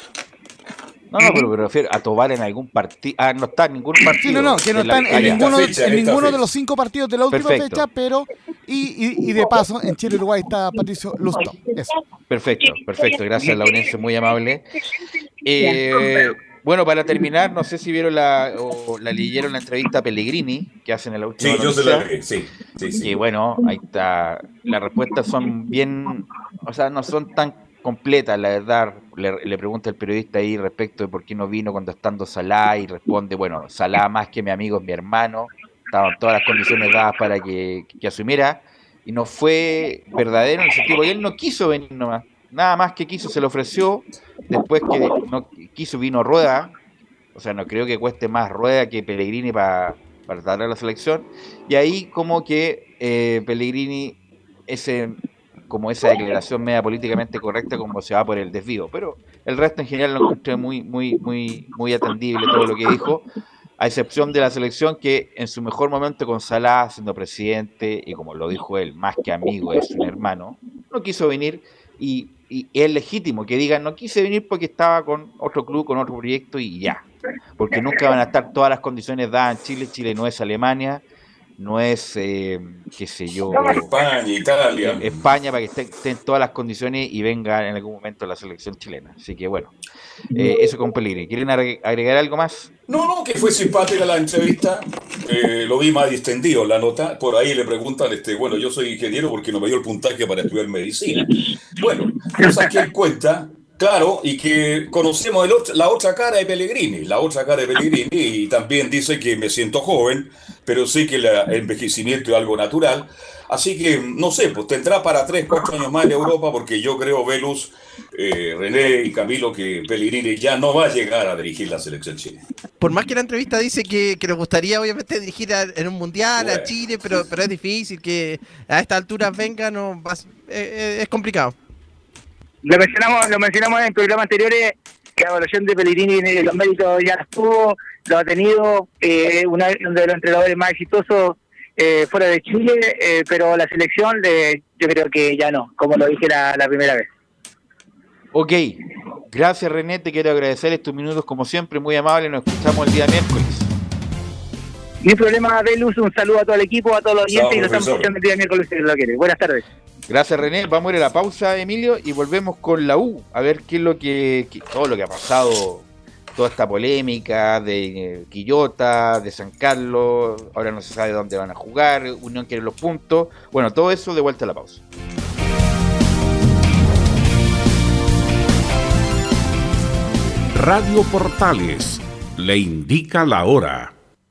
No, no, pero me refiero a Tobar en algún partido. Ah, no está en ningún partido. Sí, no, no, que no está en, en ninguno, fecha, en ninguno de los cinco partidos de la última Perfecto. fecha, pero. Y, y, y de paso, en Chile-Uruguay está Patricio Lustó. Eso. Perfecto, perfecto. Gracias, Laurencio, muy amable. Eh. Bueno, para terminar, no sé si vieron la o la leyeron la entrevista a Pellegrini que hacen en la última. Sí, yo se la vi, sí, sí, sí. Y bueno, ahí está. Las respuestas son bien, o sea, no son tan completas, la verdad. Le, le pregunta el periodista ahí respecto de por qué no vino cuando estando Salah y responde, bueno, Salah más que mi amigo es mi hermano. Estaban todas las condiciones dadas para que, que asumiera y no fue verdadero en el sentido que él no quiso venir nomás. Nada más que quiso, se le ofreció, después que no quiso vino Rueda, o sea, no creo que cueste más Rueda que Pellegrini para para tratar a la selección, y ahí como que eh, Pellegrini, ese como esa declaración media políticamente correcta, como se va por el desvío, pero el resto en general lo encontré muy, muy, muy, muy atendible todo lo que dijo, a excepción de la selección que en su mejor momento con Salah siendo presidente, y como lo dijo él, más que amigo es un hermano, no quiso venir. Y, y es legítimo que digan, no quise venir porque estaba con otro club, con otro proyecto y ya, porque nunca van a estar todas las condiciones dadas en Chile. Chile no es Alemania, no es, eh, qué sé yo, España, Italia. España, para que estén, estén todas las condiciones y venga en algún momento la selección chilena. Así que bueno, eh, eso con Pellegrini. ¿Quieren agregar algo más? No, no, que fue simpática la entrevista, eh, lo vi más distendido la nota, por ahí le preguntan, este, bueno, yo soy ingeniero porque no me dio el puntaje para estudiar medicina. Bueno, cosas que él cuenta, claro, y que conocemos el otro, la otra cara de Pellegrini, la otra cara de Pellegrini, y también dice que me siento joven, pero sé que la, el envejecimiento es algo natural, así que, no sé, pues tendrá para tres, cuatro años más en Europa, porque yo creo, Velus, eh, René y Camilo, que Pellegrini ya no va a llegar a dirigir la selección chilena. Por más que la entrevista dice que, que le gustaría obviamente dirigir a, en un mundial bueno. a Chile, pero, pero es difícil que a esta altura venga, no va, eh, es complicado. Lo mencionamos, lo mencionamos en programas anteriores, que la evaluación de Pellegrini en los méritos ya las tuvo, lo ha tenido, eh, uno de los entrenadores más exitosos eh, fuera de Chile, eh, pero la selección de, yo creo que ya no, como lo dije la, la primera vez. Ok, gracias René, te quiero agradecer estos minutos como siempre, muy amable, nos escuchamos el día miércoles. Ni problema, Velus, un saludo a todo el equipo, a todos los oyentes, y nos estamos escuchando el día miércoles si lo quiere. Buenas tardes. Gracias René, vamos a ir a la pausa, Emilio, y volvemos con la U, a ver qué es lo que, que todo lo que ha pasado, toda esta polémica de eh, Quillota, de San Carlos, ahora no se sabe dónde van a jugar, Unión quiere los puntos, bueno, todo eso de vuelta a la pausa. Radio Portales le indica la hora.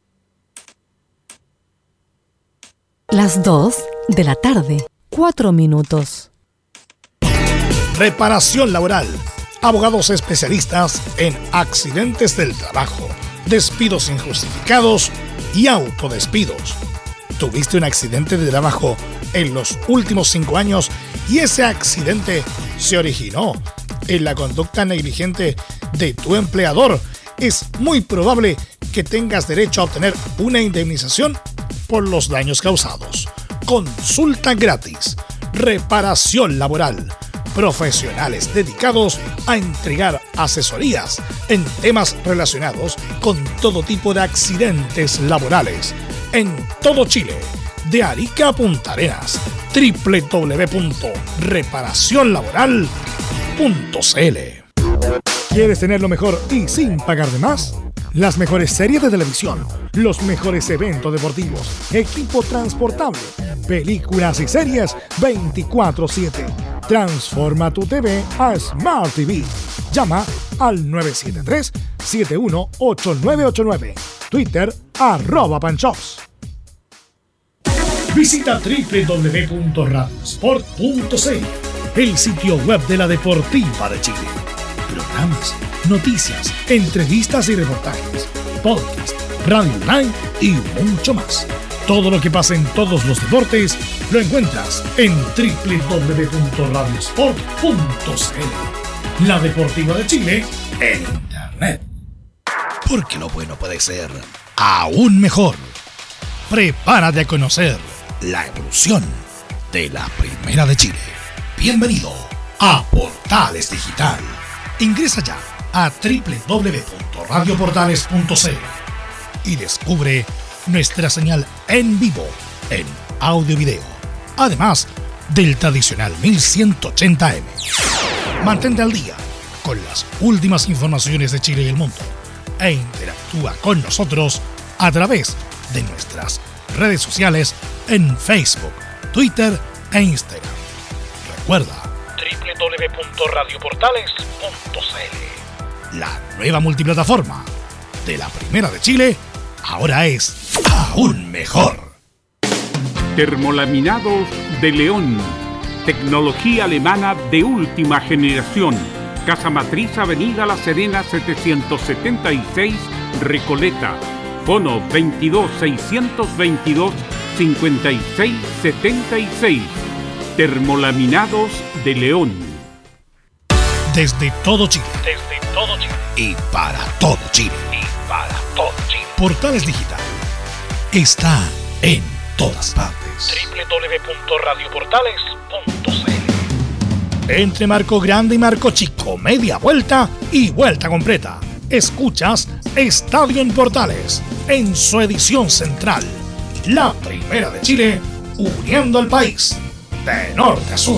Las dos de la tarde, cuatro minutos. Reparación laboral. Abogados especialistas en accidentes del trabajo, despidos injustificados y autodespidos. ¿Tuviste un accidente de trabajo en los últimos cinco años y ese accidente se originó en la conducta negligente de tu empleador? Es muy probable que tengas derecho a obtener una indemnización por los daños causados. Consulta gratis. Reparación laboral. Profesionales dedicados a entregar asesorías en temas relacionados con todo tipo de accidentes laborales en todo Chile, de Arica a Punta Arenas. doble u doble u doble u punto reparación laboral punto c l. ¿Quieres tener lo mejor y sin pagar de más? Las mejores series de televisión, los mejores eventos deportivos, equipo transportable, películas y series veinticuatro siete. Transforma tu T V a Smart T V. Llama al nueve siete tres, siete uno ocho nueve ocho nueve. Twitter, arroba Panchops. Visita doble u doble u doble u punto radiosport punto c l, el sitio web de la Deportiva de Chile. Programas, noticias, entrevistas y reportajes, podcast, radio online y mucho más. Todo lo que pasa en todos los deportes lo encuentras en doble u doble u doble u punto radiosport punto c l. La Deportiva de Chile en Internet. Porque lo bueno puede ser aún mejor. Prepárate a conocer la evolución de la Primera de Chile. Bienvenido a Portales Digital. Ingresa ya a doble u doble u doble u punto radio portales punto c l y descubre nuestra señal en vivo en audio y video, además del tradicional mil ciento ochenta eme. Mantente al día con las últimas informaciones de Chile y el mundo e interactúa con nosotros a través de nuestras redes sociales en Facebook, Twitter e Instagram. Recuerda doble u doble u doble u punto radio portales punto c l. La nueva multiplataforma de la Primera de Chile ahora es aún mejor. Termolaminados de León. Tecnología alemana de última generación. Casa Matriz, Avenida La Serena, setecientos setenta y seis, Recoleta. Fono veintidós seiscientos veintidós cincuenta y seis setenta y seis. Termolaminados de León. Desde todo Chile. Desde todo Chile. Y para todo Chile. Y para todo Chile. Portales Digital está en todas partes. doble u doble u doble u punto radio portales punto c l. Entre marco grande y marco chico, media vuelta y vuelta completa. Escuchas Estadio en Portales en su edición central. La Primera de Chile uniendo al país de norte a sur.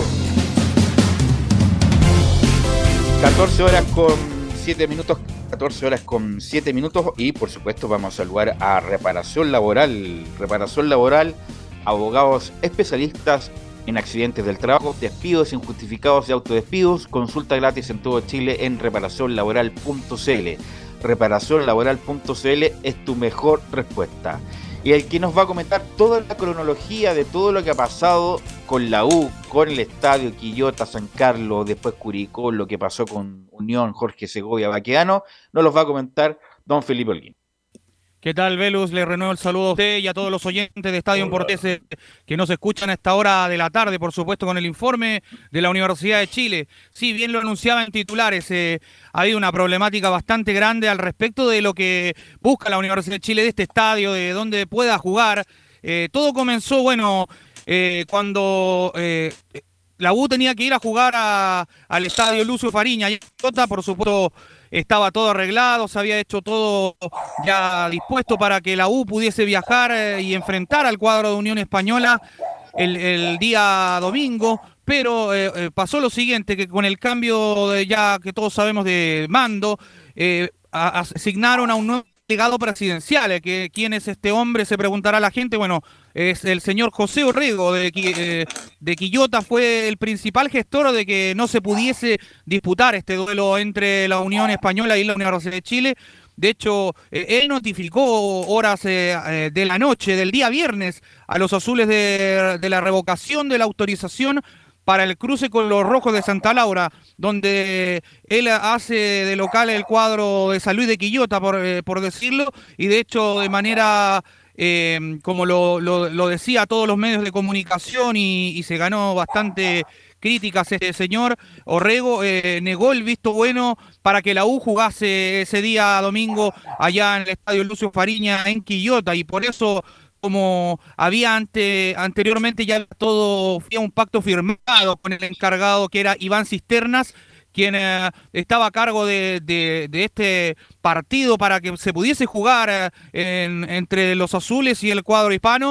catorce horas con siete minutos, catorce horas con siete minutos y por supuesto vamos a saludar a Reparación Laboral. Reparación Laboral, abogados especialistas en accidentes del trabajo, despidos injustificados y autodespidos. Consulta gratis en todo Chile en reparación laboral punto c l. reparación laboral punto c l es tu mejor respuesta. Y el que nos va a comentar toda la cronología de todo lo que ha pasado con la U, con el estadio Quillota, San Carlos, después Curicó, lo que pasó con Unión, Jorge Segovia, Baqueano, nos los va a comentar don Felipe Holguín. ¿Qué tal, Velus? Le renuevo el saludo a usted y a todos los oyentes de Estadio Portales que nos escuchan a esta hora de la tarde, por supuesto, con el informe de la Universidad de Chile. Sí, bien lo anunciaba en titulares, eh, ha habido una problemática bastante grande al respecto de lo que busca la Universidad de Chile de este estadio, de dónde pueda jugar. Eh, todo comenzó, bueno, eh, cuando eh, la U tenía que ir a jugar a, al estadio Lucio Fariña. Y por supuesto, estaba todo arreglado, se había hecho todo ya dispuesto para que la U pudiese viajar eh, y enfrentar al cuadro de Unión Española el, el día domingo, pero eh, eh, pasó lo siguiente, que con el cambio de ya que todos sabemos de mando, eh, a, asignaron a un nuevo delegado presidencial. Que, ¿Quién es este hombre? Se preguntará la gente. Bueno, es el señor José Orrego de, eh, de Quillota. Fue el principal gestor de que no se pudiese disputar este duelo entre la Unión Española y la Universidad de Chile. De hecho, eh, él notificó horas eh, de la noche del día viernes a los azules de, de la revocación de la autorización para el cruce con los rojos de Santa Laura, donde él hace de local el cuadro de San Luis de Quillota, por, eh, por decirlo, y de hecho de manera, eh, como lo, lo, lo decía a todos los medios de comunicación, y, y se ganó bastante críticas este señor Orrego, eh, negó el visto bueno para que la U jugase ese día domingo allá en el estadio Lucio Fariña en Quillota, y por eso, como había ante, anteriormente ya todo, fue un pacto firmado con el encargado que era Iván Cisternas, quien eh, estaba a cargo de, de, de este partido para que se pudiese jugar eh, en, entre los azules y el cuadro hispano.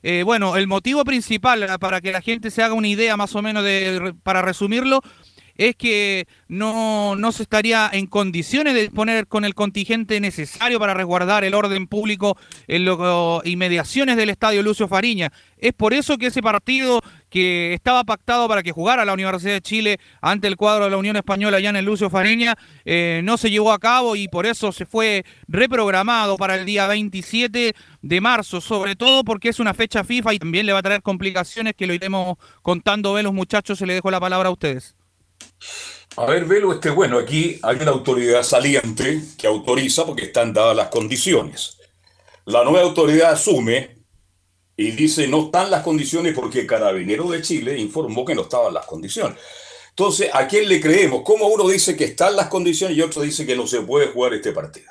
Eh, bueno, el motivo principal, para que la gente se haga una idea más o menos, de, para resumirlo, es que no, no se estaría en condiciones de disponer con el contingente necesario para resguardar el orden público en las inmediaciones del estadio Lucio Fariña. Es por eso que ese partido que estaba pactado para que jugara la Universidad de Chile ante el cuadro de la Unión Española allá en el Lucio Fariña eh, no se llevó a cabo, y por eso se fue reprogramado para el día veintisiete de marzo, sobre todo porque es una fecha FIFA y también le va a traer complicaciones que lo iremos contando. Ve, los muchachos, se les dejo la palabra a ustedes. A ver, Velo, este, bueno, aquí hay una autoridad saliente que autoriza porque están dadas las condiciones. La nueva autoridad asume y dice no están las condiciones porque Carabineros de Chile informó que no estaban las condiciones. Entonces, ¿a quién le creemos? ¿Cómo uno dice que están las condiciones y otro dice que no se puede jugar este partido?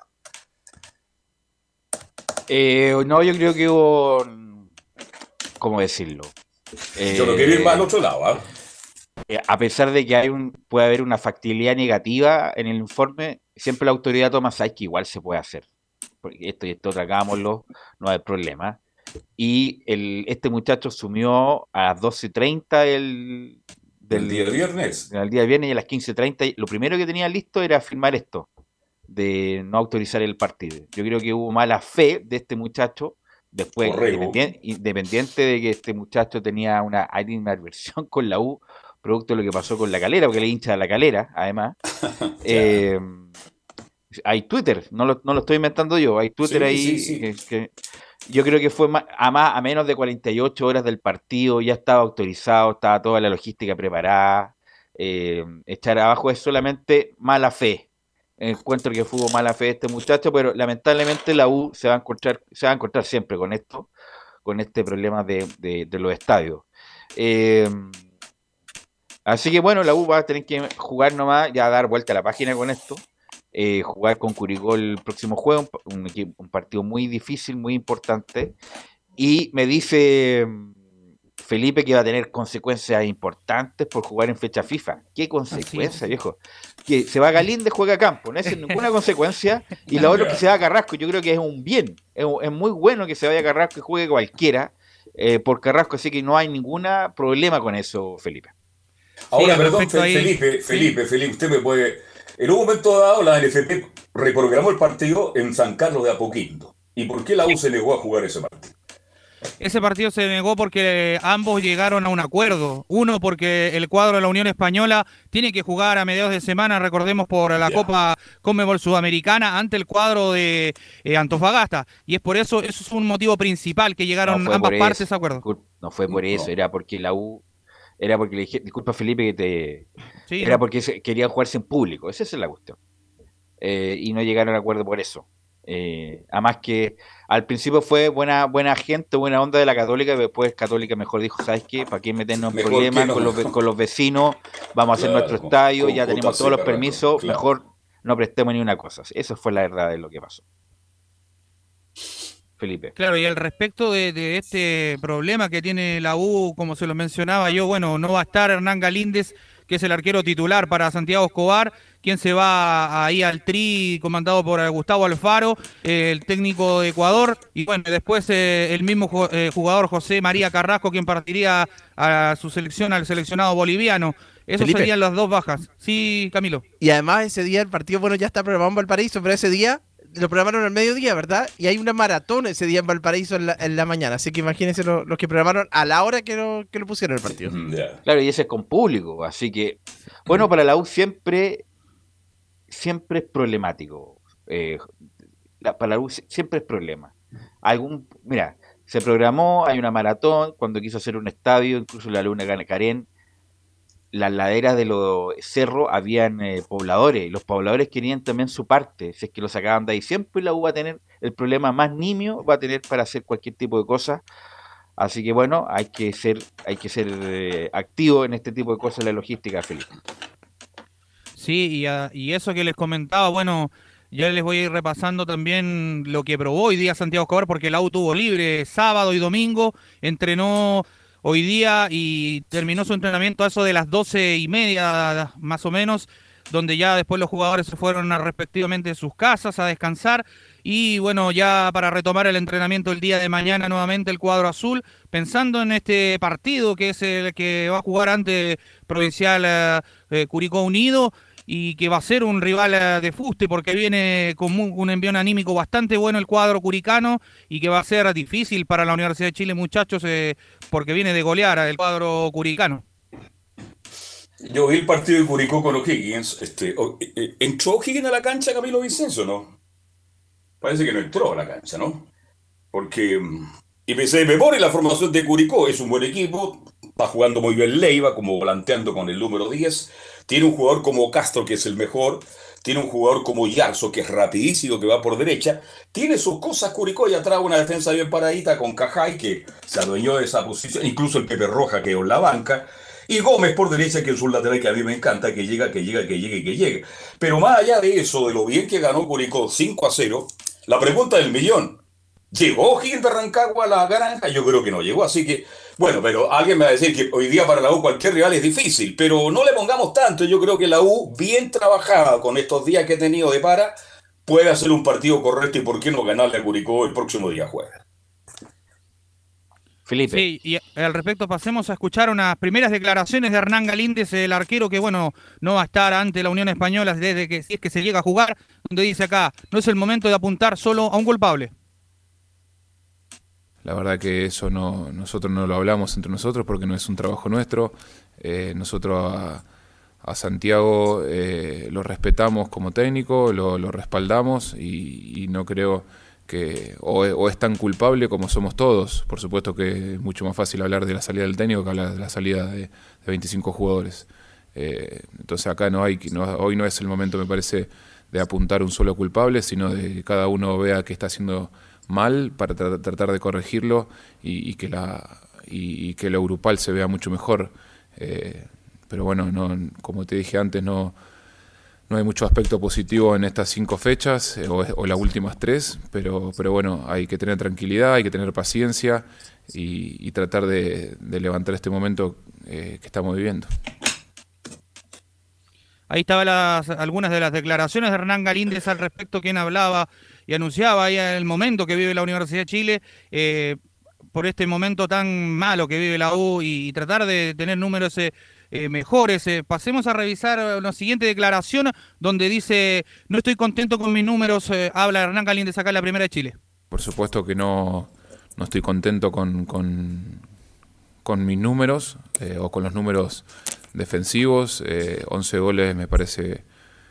Eh, no, yo creo que hubo... ¿Cómo decirlo? Eh, yo no quiero ir más al otro lado, ¿eh? A pesar de que hay un, puede haber una factibilidad negativa en el informe, siempre la autoridad toma, sabes que igual se puede hacer. Porque esto y esto, tragámoslo, no hay problema. Y el, este muchacho asumió a las doce treinta el, del el día viernes. El día viernes, y a las quince treinta lo primero que tenía listo era firmar esto, de no autorizar el partido. Yo creo que hubo mala fe de este muchacho. Después, independiente, independiente de que este muchacho tenía una animadversión con la U, producto de lo que pasó con La Calera, porque le hincha a La Calera, además. eh, hay Twitter, no lo, no lo estoy inventando yo, hay Twitter sí, ahí. Sí, sí. Que, que yo creo que fue más, a, más, a menos de cuarenta y ocho horas del partido, ya estaba autorizado, estaba toda la logística preparada. Eh, echar abajo es solamente mala fe. Encuentro que fue mala fe este muchacho, pero lamentablemente la U se va a encontrar, se va a encontrar siempre con esto, con este problema de, de, de los estadios. Eh, Así que bueno, la U va a tener que jugar nomás, ya dar vuelta a la página con esto, eh, jugar con Curicó el próximo juego, un, un partido muy difícil, muy importante, y me dice Felipe que va a tener consecuencias importantes por jugar en fecha FIFA. ¿Qué consecuencias, viejo? Que se va a Galíndez, juega a campo, no es ninguna consecuencia, y la otra es que se va a Carrasco. Yo creo que es un bien, es, es muy bueno que se vaya a Carrasco y juegue cualquiera eh, por Carrasco, así que no hay ningún problema con eso, Felipe. Ahora, sí, perdón, Fe, ahí, Felipe, sí. Felipe, Felipe, usted me puede... En un momento dado, la N F P reprogramó el partido en San Carlos de Apoquindo. ¿Y por qué la U se negó a jugar ese partido? Ese partido se negó porque ambos llegaron a un acuerdo. Uno, porque el cuadro de la Unión Española tiene que jugar a mediados de semana, recordemos, por la yeah. Copa Conmebol Sudamericana ante el cuadro de eh, Antofagasta. Y es por eso, eso es un motivo principal, que llegaron no ambas partes a ese acuerdo. No fue por eso, no. Era porque la U... Era porque le dije, disculpa Felipe que te... Sí, era porque se, querían jugarse en público, esa es la cuestión. Eh, y no llegaron a acuerdo por eso. Eh, además que al principio fue buena buena gente, buena onda de la Católica, y después Católica mejor dijo, ¿sabes qué? ¿Para qué meternos en problemas no. con, los, con los vecinos? Vamos a hacer claro, nuestro estadio, ya tenemos todos los permisos, claro. Mejor no prestemos ni una cosa. Eso fue la verdad de lo que pasó. Felipe. Claro, y al respecto de, de este problema que tiene la U, como se lo mencionaba yo, bueno, no va a estar Hernán Galíndez, que es el arquero titular para Santiago Escobar, quien se va ahí al Tri, comandado por Gustavo Alfaro, eh, el técnico de Ecuador, y bueno, después eh, el mismo eh, jugador José María Carrasco, quien partiría a su selección, al seleccionado boliviano. Esas Felipe. Serían las dos bajas. Sí, Camilo. Y además ese día el partido, bueno, ya está programado en Valparaíso, pero ese día lo programaron al mediodía, ¿verdad? Y hay una maratón ese día en Valparaíso en la, en la mañana. Así que imagínense los lo que programaron a la hora que lo, que lo pusieron el partido. Yeah. Claro, y ese es con público. Así que, bueno, para la U siempre, siempre es problemático. Eh, la, para la U siempre es problema. Algún, mira, se programó, hay una maratón, cuando quiso hacer un estadio, incluso la Luna Carén, las laderas de los cerros habían eh, pobladores, y los pobladores querían también su parte, si es que lo sacaban de ahí. Siempre la U va a tener el problema más nimio, va a tener para hacer cualquier tipo de cosas. Así que bueno, hay que ser, hay que ser eh, activo en este tipo de cosas, la logística, Felipe. Sí, y, a, y eso que les comentaba, bueno, ya les voy a ir repasando también lo que probó hoy día Santiago Escobar, porque la U tuvo libre sábado y domingo, entrenó hoy día y terminó su entrenamiento a eso de las doce y media más o menos, donde ya después los jugadores se fueron a respectivamente sus casas a descansar, Y bueno, ya para retomar el entrenamiento el día de mañana nuevamente el cuadro azul, pensando en este partido que es el que va a jugar ante Provincial eh, eh, Curicó Unido, y que va a ser un rival eh, de fuste porque viene con un, un envión anímico bastante bueno el cuadro curicano, y que va a ser difícil para la Universidad de Chile, muchachos, eh, porque viene de golear el cuadro curicano. Yo vi el partido de Curicó con O'Higgins. Este, o- eh, eh, ¿entró O'Higgins a la cancha, Camilo Vicencio, no? Parece que no entró a la cancha, ¿no? Porque, mm, y me sé de memoria la formación de Curicó, es un buen equipo, va jugando muy bien Leiva, como volanteando con el número diez, tiene un jugador como Castro, que es el mejor, tiene un jugador como Yarzo, que es rapidísimo, que va por derecha, tiene sus cosas Curicó, y atrás una defensa bien paradita con Cajay, que se adueñó de esa posición, incluso el Pepe Roja quedó en la banca, y Gómez por derecha, que es un lateral que a mí me encanta, que llega, que llega, que llegue, que llegue. Pero más allá de eso, de lo bien que ganó Curicó cinco a cero, la pregunta del millón: ¿llegó O'Higgins de Rancagua a la granja? Yo creo que no llegó, así que, bueno, pero alguien me va a decir que hoy día para la U cualquier rival es difícil, pero no le pongamos tanto. Yo creo que la U, bien trabajada con estos días que he tenido de para, puede hacer un partido correcto, y por qué no ganarle a Curicó el próximo día jueves. Felipe. Sí, y al respecto pasemos a escuchar unas primeras declaraciones de Hernán Galíndez, el arquero que, bueno, no va a estar ante la Unión Española desde que, si es que se llega a jugar, donde dice acá: no es el momento de apuntar solo a un culpable. La verdad que eso no, nosotros no lo hablamos entre nosotros porque no es un trabajo nuestro. Eh, nosotros a, a Santiago eh, lo respetamos como técnico, lo, lo respaldamos, y, y no creo que o, o es tan culpable como somos todos. Por supuesto que es mucho más fácil hablar de la salida del técnico que hablar de la salida de, de veinticinco jugadores. Eh, entonces acá no hay, no, hoy no es el momento, me parece, de apuntar un solo culpable, sino de que cada uno vea qué está haciendo mal para tra tratar de corregirlo, y, y que la y, y que lo grupal se vea mucho mejor. Eh, pero bueno, no, como te dije antes, no no hay mucho aspecto positivo en estas cinco fechas, eh, o, o las últimas tres, pero pero bueno, hay que tener tranquilidad, hay que tener paciencia, y, y tratar de, de levantar este momento eh, que estamos viviendo. Ahí estaban las, algunas de las declaraciones de Hernán Galíndez al respecto, quien hablaba y anunciaba ahí el momento que vive la Universidad de Chile, eh, por este momento tan malo que vive la U, y, y tratar de tener números eh, eh, mejores. Eh, pasemos a revisar la siguiente declaración, donde dice: no estoy contento con mis números, eh, habla Hernán Galíndez acá en la Primera de Chile. Por supuesto que no, no estoy contento con, con, con mis números, eh, o con los números defensivos. eh, once goles me parece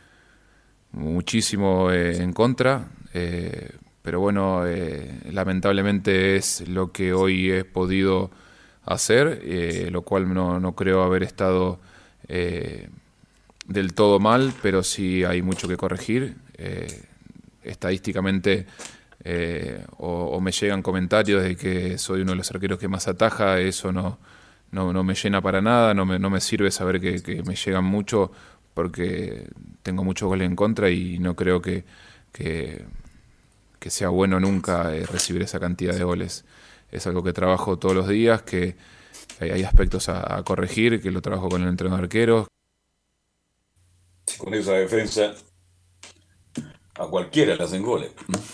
muchísimo eh, en contra, eh, pero bueno, eh, lamentablemente es lo que hoy he podido hacer, eh, lo cual no, no creo haber estado eh, del todo mal, pero sí hay mucho que corregir. Eh, estadísticamente eh, o, o me llegan comentarios de que soy uno de los arqueros que más ataja. Eso no No, no me llena para nada, no me, no me sirve saber que, que me llegan mucho, porque tengo muchos goles en contra, y no creo que, que, que sea bueno nunca eh, recibir esa cantidad de goles. Es algo que trabajo todos los días, que hay, hay aspectos a, a corregir, que lo trabajo con el entrenador de arqueros. Con esa defensa, a cualquiera le hacen goles.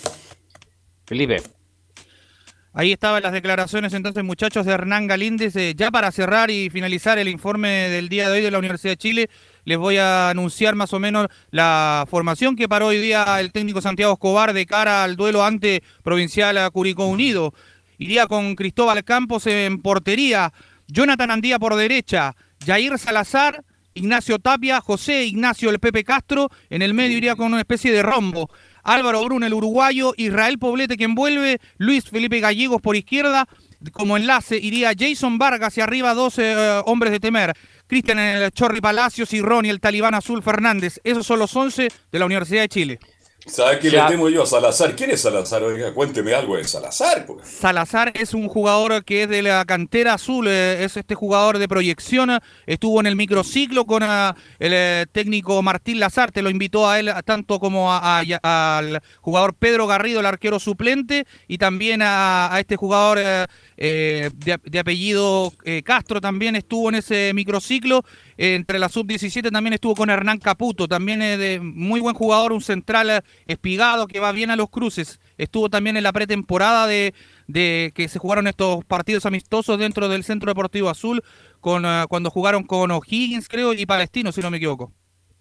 Felipe. Ahí estaban las declaraciones entonces, muchachos, de Hernán Galíndez. Eh, ya para cerrar y finalizar el informe del día de hoy de la Universidad de Chile, les voy a anunciar más o menos la formación que paró hoy día el técnico Santiago Escobar de cara al duelo ante Provincial a Curicó Unido. Iría con Cristóbal Campos en portería, Jonathan Andía por derecha, Jair Salazar, Ignacio Tapia, José Ignacio el Pepe Castro. En el medio iría con una especie de rombo: Álvaro Brun, el uruguayo, Israel Poblete, quien vuelve, Luis Felipe Gallegos por izquierda. Como enlace iría Jason Vargas, hacia arriba doce eh, hombres de temer: Cristian el Chorri Palacios y Ronnie el Talibán Azul Fernández. Esos son los once de la Universidad de Chile. ¿Sabes qué Ya. le temo yo a Salazar? ¿Quién es Salazar? Oiga, cuénteme algo de Salazar, pues. Salazar es un jugador que es de la cantera azul, eh, es este jugador de proyección. Estuvo en el microciclo con uh, el eh, técnico Martín Lazarte, lo invitó a él a- tanto como a- a- al jugador Pedro Garrido, el arquero suplente, y también a, a este jugador eh, eh, de, de apellido eh, Castro, también estuvo en ese microciclo. eh, entre la sub diecisiete también estuvo con Hernán Caputo, también es de muy buen jugador, un central eh, espigado que va bien a los cruces. Estuvo también en la pretemporada de, de que se jugaron estos partidos amistosos dentro del Centro Deportivo Azul, con uh, cuando jugaron con O'Higgins, creo, y Palestino, si no me equivoco.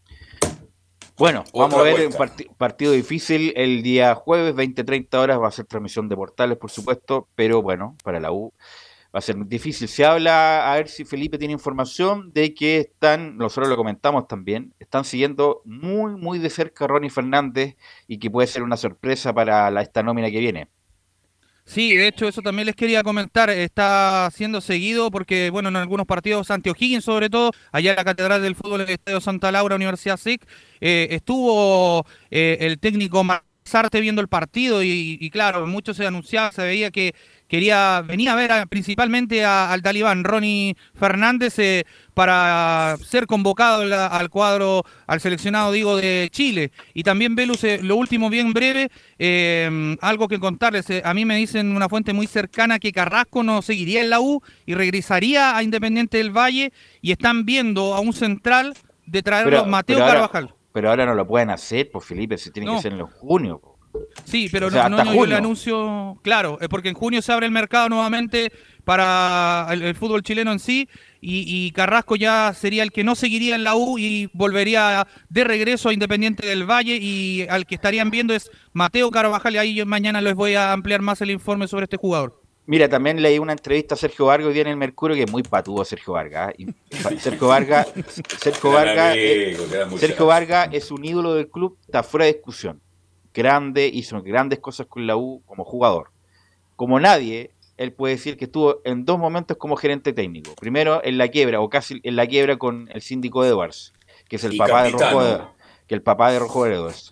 Bueno, vamos Otra a ver vuelta. un parti- partido difícil el día jueves, veinte treinta horas, va a ser transmisión de Portales, por supuesto, pero bueno, para la U va a ser difícil. Se habla, a ver si Felipe tiene información, de que están, nosotros lo comentamos también, están siguiendo muy, muy de cerca a Ronnie Fernández y que puede ser una sorpresa para la, esta nómina que viene. Sí, de hecho eso también les quería comentar, está siendo seguido porque, bueno, en algunos partidos, ante O'Higgins sobre todo, allá en la Catedral del Fútbol del Estadio Santa Laura, Universidad S I C, eh, estuvo eh, el técnico Mazarte viendo el partido y, y claro, mucho se anunciaba, se veía que quería, venía a ver a, principalmente a, al talibán Ronnie Fernández eh, para ser convocado la, al cuadro, al seleccionado, digo, de Chile. Y también, Velus, eh, lo último bien breve, eh, algo que contarles, eh, a mí me dicen una fuente muy cercana que Carrasco no seguiría en la U y regresaría a Independiente del Valle y están viendo a un central de traerlo Pero, Mateo pero ahora, Carvajal. pero ahora no lo pueden hacer, pues Felipe, se tiene No. que hacer en junio. po. Sí, pero O sea, no, hasta no, yo le junio. anuncio, claro, eh, porque en junio se abre el mercado nuevamente para el, el fútbol chileno en sí y, y Carrasco ya sería el que no seguiría en la U y volvería de regreso a Independiente del Valle y al que estarían viendo es Mateo Carvajal y ahí yo mañana les voy a ampliar más el informe sobre este jugador. Mira, también leí una entrevista a Sergio Vargas hoy día en el Mercurio, que es muy patudo Sergio Vargas. ¿eh? Y Sergio Vargas, Sergio Gran Vargas, amigo, eh, gran muchacho. Sergio Vargas es un ídolo del club, está fuera de discusión. Grande, hizo grandes cosas con la U como jugador. Como nadie, él puede decir que estuvo en dos momentos como gerente técnico. Primero en la quiebra, o casi en la quiebra con el síndico Edwards, que es el Y papá de capitano. Rojo, que el papá de Rojo Edwards.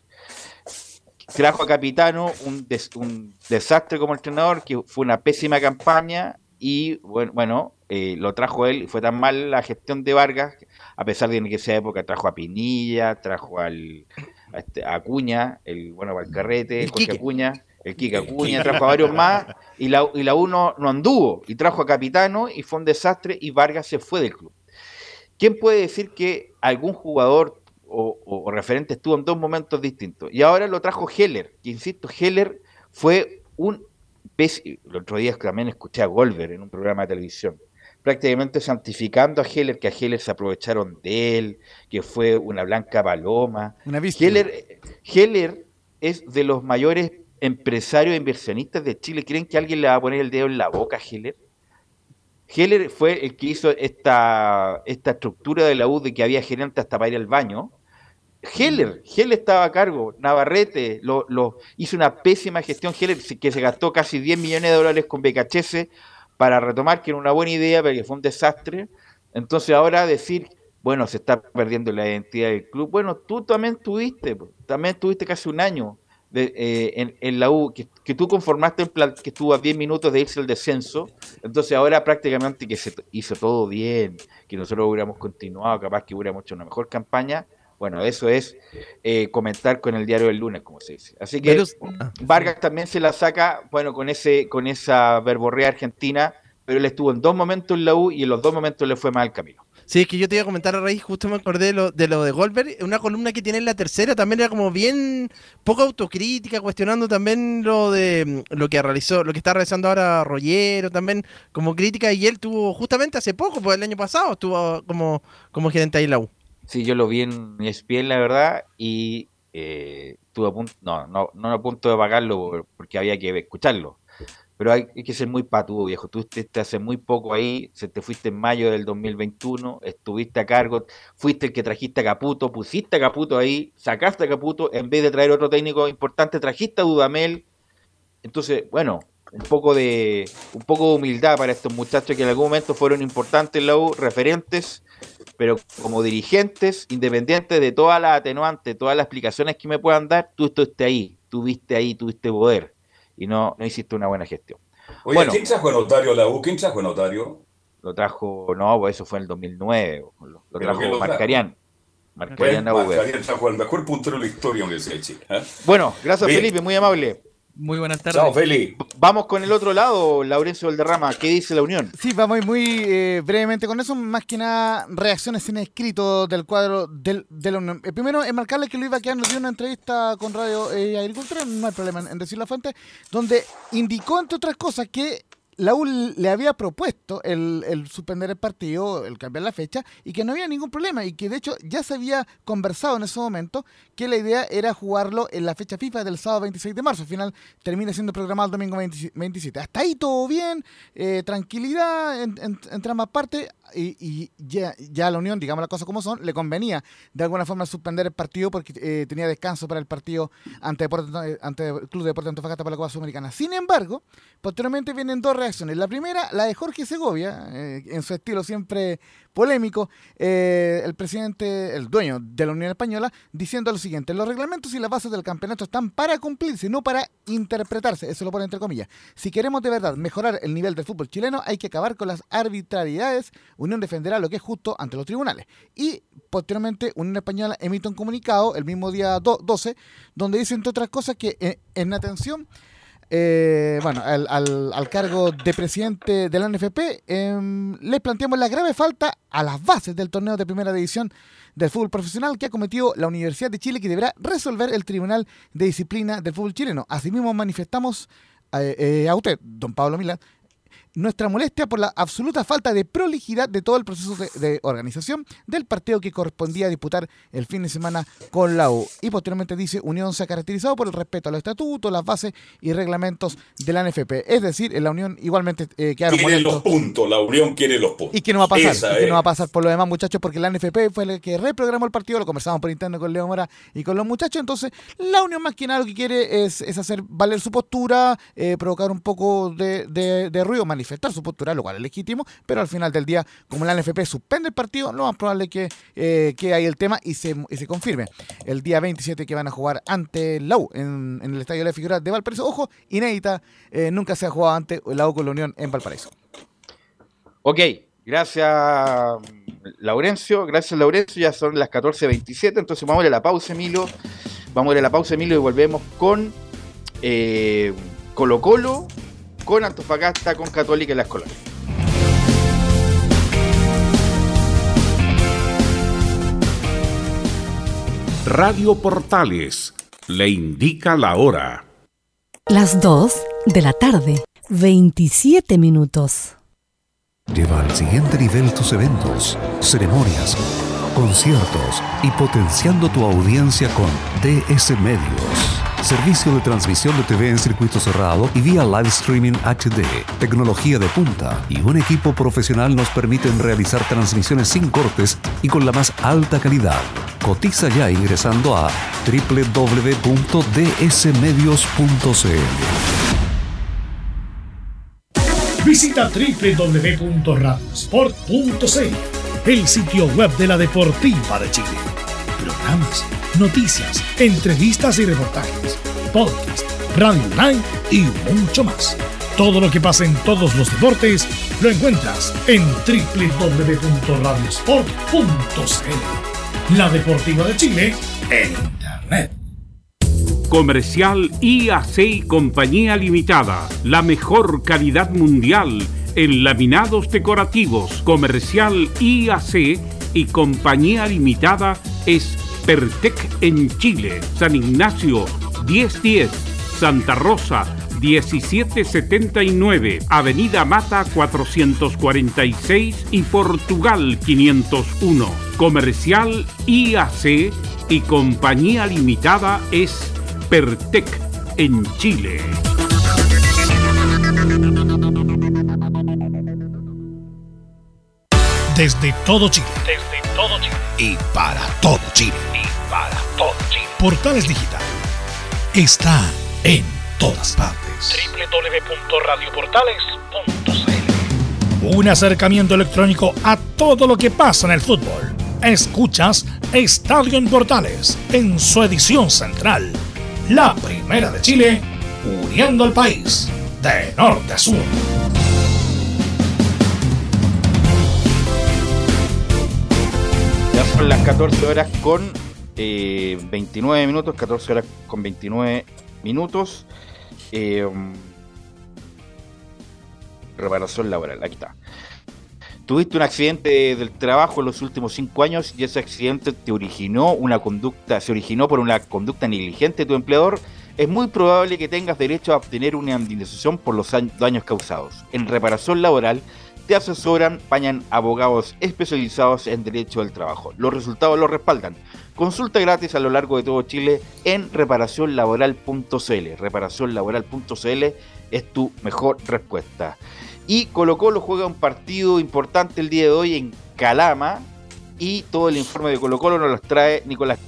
Trajo a Capitano un, des, un desastre como entrenador, que fue una pésima campaña y bueno, bueno eh, lo trajo él y fue tan mal la gestión de Vargas, a pesar de que en esa época trajo a Pinilla, trajo al, a, este, a Acuña, el bueno Valcarrete, El Jorge Quique. Acuña, el Kike Acuña, trajo a varios más y la, y la U no, no anduvo y trajo a Capitano y fue un desastre y Vargas se fue del club. ¿Quién puede decir que algún jugador o, o, o referente estuvo en dos momentos distintos? Y ahora lo trajo Heller, que insisto, Heller fue un... El otro día también escuché a Goldberg en un programa de televisión, prácticamente santificando a Heller, que a Heller se aprovecharon de él, que fue una blanca paloma. Una víctima. Heller, Heller es de los mayores empresarios e inversionistas de Chile. ¿Creen que alguien le va a poner el dedo en la boca a Heller? Heller fue el que hizo esta, esta estructura de la U de que había gerente hasta para ir al baño. Heller, Heller estaba a cargo, Navarrete lo, lo, hizo una pésima gestión, Heller que se gastó casi diez millones de dólares con Becachese para retomar, que era una buena idea, pero que fue un desastre. Entonces ahora decir, bueno, se está perdiendo la identidad del club, bueno, tú también tuviste, también tuviste casi un año de, eh, en, en la U, que, que tú conformaste en plan que estuvo a diez minutos de irse el descenso, entonces ahora prácticamente que se hizo todo bien, que nosotros hubiéramos continuado, capaz que hubiéramos hecho una mejor campaña. Bueno, eso es eh, comentar con el diario del lunes, como se dice. Así que Velus- Vargas también se la saca, bueno, con ese con esa verborrea argentina, pero él estuvo en dos momentos en la U y en los dos momentos le fue mal al Camilo. Sí, es que yo te iba a comentar a raíz, justo me acordé de lo de, lo de Goldberg, una columna que tiene en la tercera, también era como bien poco autocrítica, cuestionando también lo de lo que realizó, lo que está realizando ahora Rollero, también como crítica, y él tuvo justamente hace poco, pues el año pasado, estuvo como, como gerente ahí en la U. Sí, yo lo vi en E S P N, la verdad, y eh, estuve a punto, no, no, no a punto de pagarlo porque había que escucharlo. Pero hay, hay que ser muy patudo, viejo. Tú estuviste hace muy poco ahí, se te fuiste en mayo del dos mil veintiuno, estuviste a cargo, fuiste el que trajiste a Caputo, pusiste a Caputo ahí, sacaste a Caputo, en vez de traer otro técnico importante, trajiste a Dudamel. Entonces, bueno, un poco de un poco de humildad para estos muchachos que en algún momento fueron importantes en la U, referentes, pero como dirigentes, independientes de todas las atenuantes, todas las explicaciones que me puedan dar, tú estuviste ahí, tuviste ahí, tuviste poder. Y no, no hiciste una buena gestión. Oye, Bueno, ¿quién trajo a Notario a la U? ¿Quién trajo a Notario? lo trajo, no, pues eso fue en el dos mil nueve, lo, lo ¿Pero trajo quién lo trajo? Marcarián. Marcarián Bueno, a Uber. Marcarián trajo al mejor puntero de la historia de la Universidad de Chile. ¿eh? Bueno, gracias Bien. Felipe, muy amable. Muy buenas tardes. Chao, Feli. Vamos con el otro lado, Laurencio Valderrama. ¿Qué dice la Unión? Sí, vamos muy eh, brevemente con eso. Más que nada, reacciones en escrito del cuadro del, de la Unión. Eh, primero, enmarcarle que Luis Baqueano dio una entrevista con Radio eh, Agricultura, no hay problema en, en decir la fuente, donde indicó, entre otras cosas, que la U le había propuesto el, el suspender el partido, el cambiar la fecha, y que no había ningún problema, y que de hecho ya se había conversado en ese momento que la idea era jugarlo en la fecha FIFA del sábado veintiséis de marzo. Al final termina siendo programado el domingo veintisiete. Hasta ahí todo bien, eh, tranquilidad en, en, entre ambas partes, y, y ya, ya a la Unión, digamos las cosas como son, le convenía de alguna forma suspender el partido porque eh, tenía descanso para el partido ante, Deporte, ante el Club de Deportes Antofagasta para la Copa Sudamericana. Sin embargo, posteriormente vienen dos reacciones. La primera, la de Jorge Segovia, eh, en su estilo siempre polémico, eh, el presidente, el dueño de la Unión Española, diciendo lo siguiente: los reglamentos y las bases del campeonato están para cumplirse, no para interpretarse. Eso lo pone entre comillas. Si queremos de verdad mejorar el nivel del fútbol chileno, hay que acabar con las arbitrariedades. Unión defenderá lo que es justo ante los tribunales. Y posteriormente Unión Española emite un comunicado el mismo día doce, donde dice, entre otras cosas, que en, en atención Eh, bueno, al, al, al cargo de presidente de la N F P, eh, les planteamos la grave falta a las bases del torneo de primera división del fútbol profesional que ha cometido la Universidad de Chile, que deberá resolver el Tribunal de Disciplina del Fútbol Chileno. Asimismo, manifestamos eh, eh, a usted, don Pablo Milán, nuestra molestia por la absoluta falta de prolijidad de todo el proceso de, de organización del partido que correspondía disputar el fin de semana con la U. Y posteriormente dice, Unión se ha caracterizado por el respeto a los estatutos, las bases y reglamentos de la N F P. Es decir, en la Unión igualmente eh, quedaron Quiere molestos. los puntos, la Unión quiere los puntos. ¿Y qué no va a pasar? Esa ¿Y qué es. no va a pasar por lo demás, muchachos? Porque la N F P fue la que reprogramó el partido, lo conversamos por interno con Leo Mora y con los muchachos. Entonces, la Unión más que nada lo que quiere es, es hacer valer su postura, eh, provocar un poco de, de, de ruido, manifestar su postura, lo cual es legítimo, pero al final del día, como la N F P suspende el partido, lo más probable es que, eh, que haya el tema y se, y se confirme el día veintisiete que van a jugar ante la U en, en el Estadio de la Figueroa de Valparaíso. Ojo, inédita, eh, nunca se ha jugado ante la U con la Unión en Valparaíso. Ok, gracias Laurencio, gracias Laurencio, ya son las catorce veintisiete, entonces vamos a ir a la pausa, Emilio, vamos a ir a la pausa, Emilio, y volvemos con eh, Colo Colo, con Antofagasta, con Católica y las Colonias. Radio Portales le indica la hora. Las dos de la tarde, veintisiete minutos. Lleva al siguiente nivel tus eventos, ceremonias, conciertos y potenciando tu audiencia con D S Medios. Servicio de transmisión de T V en circuito cerrado y vía live streaming H D. Tecnología de punta y un equipo profesional nos permiten realizar transmisiones sin cortes y con la más alta calidad. Cotiza ya ingresando a doble u doble u doble u punto d s medios punto c l. Visita doble u doble u doble u punto radiosport punto c l, el sitio web de la Deportiva de Chile. Programas, noticias, entrevistas y reportajes, podcast, radio online y mucho más. Todo lo que pasa en todos los deportes lo encuentras en doble u doble u doble u punto radiosport punto c l. La Deportiva de Chile en Internet. Comercial I A C y Compañía Limitada. La mejor calidad mundial en laminados decorativos. Comercial I A C y Compañía Limitada es Pertec en Chile. San Ignacio diez diez. Santa Rosa diecisiete setenta y nueve. Avenida Mata cuatrocientos cuarenta y seis y Portugal quinientos uno. Comercial I A C y Compañía Limitada es Pertec en Chile. Desde todo Chile. Desde todo Chile. Y para todo Chile. Y para todo Chile. Portales Digital está en todas partes. doble u doble u doble u punto radio portales punto c l. Un acercamiento electrónico a todo lo que pasa en el fútbol. Escuchas Estadio en Portales en su edición central. La primera de Chile, uniendo al país de norte a sur. Ya son las catorce horas con eh, veintinueve minutos, catorce horas con veintinueve minutos. Eh, reparación laboral, aquí está. Tuviste un accidente del trabajo en los últimos cinco años y ese accidente te originó una conducta, se originó por una conducta negligente de tu empleador. Es muy probable que tengas derecho a obtener una indemnización por los daños causados. En reparación laboral te asesoran, pañan abogados especializados en derecho del trabajo. Los resultados los respaldan. Consulta gratis a lo largo de todo Chile en reparación laboral punto c l. reparación laboral punto c l es tu mejor respuesta. Y Colo Colo juega un partido importante el día de hoy en Calama y todo el informe de Colo Colo nos los trae Nicolás.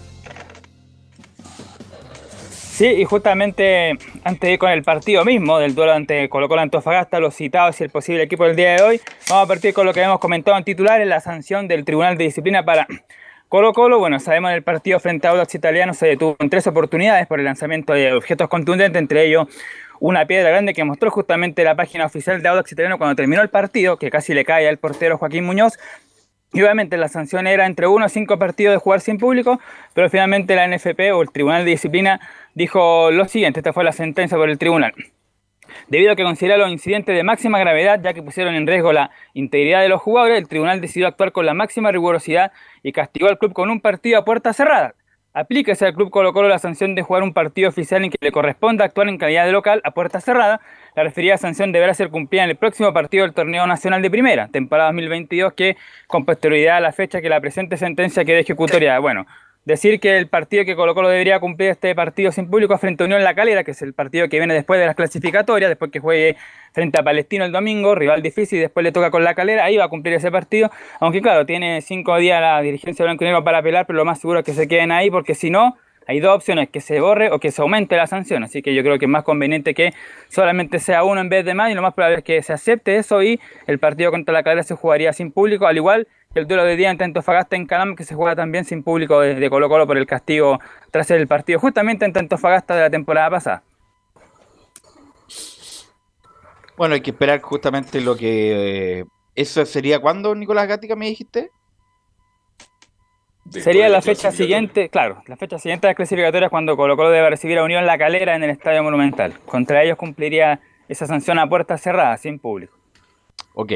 Sí, y justamente antes de ir con el partido mismo, del duelo ante Colo Colo Antofagasta, los citados y el posible equipo del día de hoy, vamos a partir con lo que hemos comentado en titulares, la sanción del Tribunal de Disciplina para Colo Colo. Bueno, sabemos en el partido frente a Audax Italiano se detuvo en tres oportunidades por el lanzamiento de objetos contundentes, entre ellos una piedra grande que mostró justamente la página oficial de Audax Italiano cuando terminó el partido, que casi le cae al portero Joaquín Muñoz. Y obviamente la sanción era entre uno a cinco partidos de jugar sin público, pero finalmente la N F P o el Tribunal de Disciplina dijo lo siguiente, esta fue la sentencia por el tribunal. Debido a que considera los incidentes de máxima gravedad, ya que pusieron en riesgo la integridad de los jugadores, el tribunal decidió actuar con la máxima rigurosidad y castigó al club con un partido a puerta cerrada. Aplíquese al club Colo Colo la sanción de jugar un partido oficial en que le corresponda actuar en calidad de local a puerta cerrada. La referida sanción deberá ser cumplida en el próximo partido del Torneo Nacional de Primera, temporada dos mil veintidós, que con posterioridad a la fecha que la presente sentencia quede ejecutoria. Bueno, decir que el partido que Colo Colo debería cumplir este partido sin público frente a Unión La Calera, que es el partido que viene después de las clasificatorias, después que juegue frente a Palestino el domingo, rival difícil, y después le toca con La Calera, ahí va a cumplir ese partido, aunque claro, tiene cinco días la dirigencia blanco y negro para apelar, pero lo más seguro es que se queden ahí, porque si no, hay dos opciones, que se borre o que se aumente la sanción, así que yo creo que es más conveniente que solamente sea uno en vez de más, y lo más probable es que se acepte eso y el partido contra La Calera se jugaría sin público, al igual que el duelo de día ante Antofagasta en Calama, que se juega también sin público de, de Colo Colo por el castigo tras el partido justamente ante Antofagasta de la temporada pasada. Bueno, hay que esperar justamente lo que... Eh, ¿eso sería cuándo, Nicolás Gatica, me dijiste? Después sería la fecha siguiente, claro, la fecha siguiente de las clasificatorias cuando Colo Colo debe recibir a Unión La Calera en el Estadio Monumental. Contra ellos cumpliría esa sanción a puerta cerrada, sin público. Ok.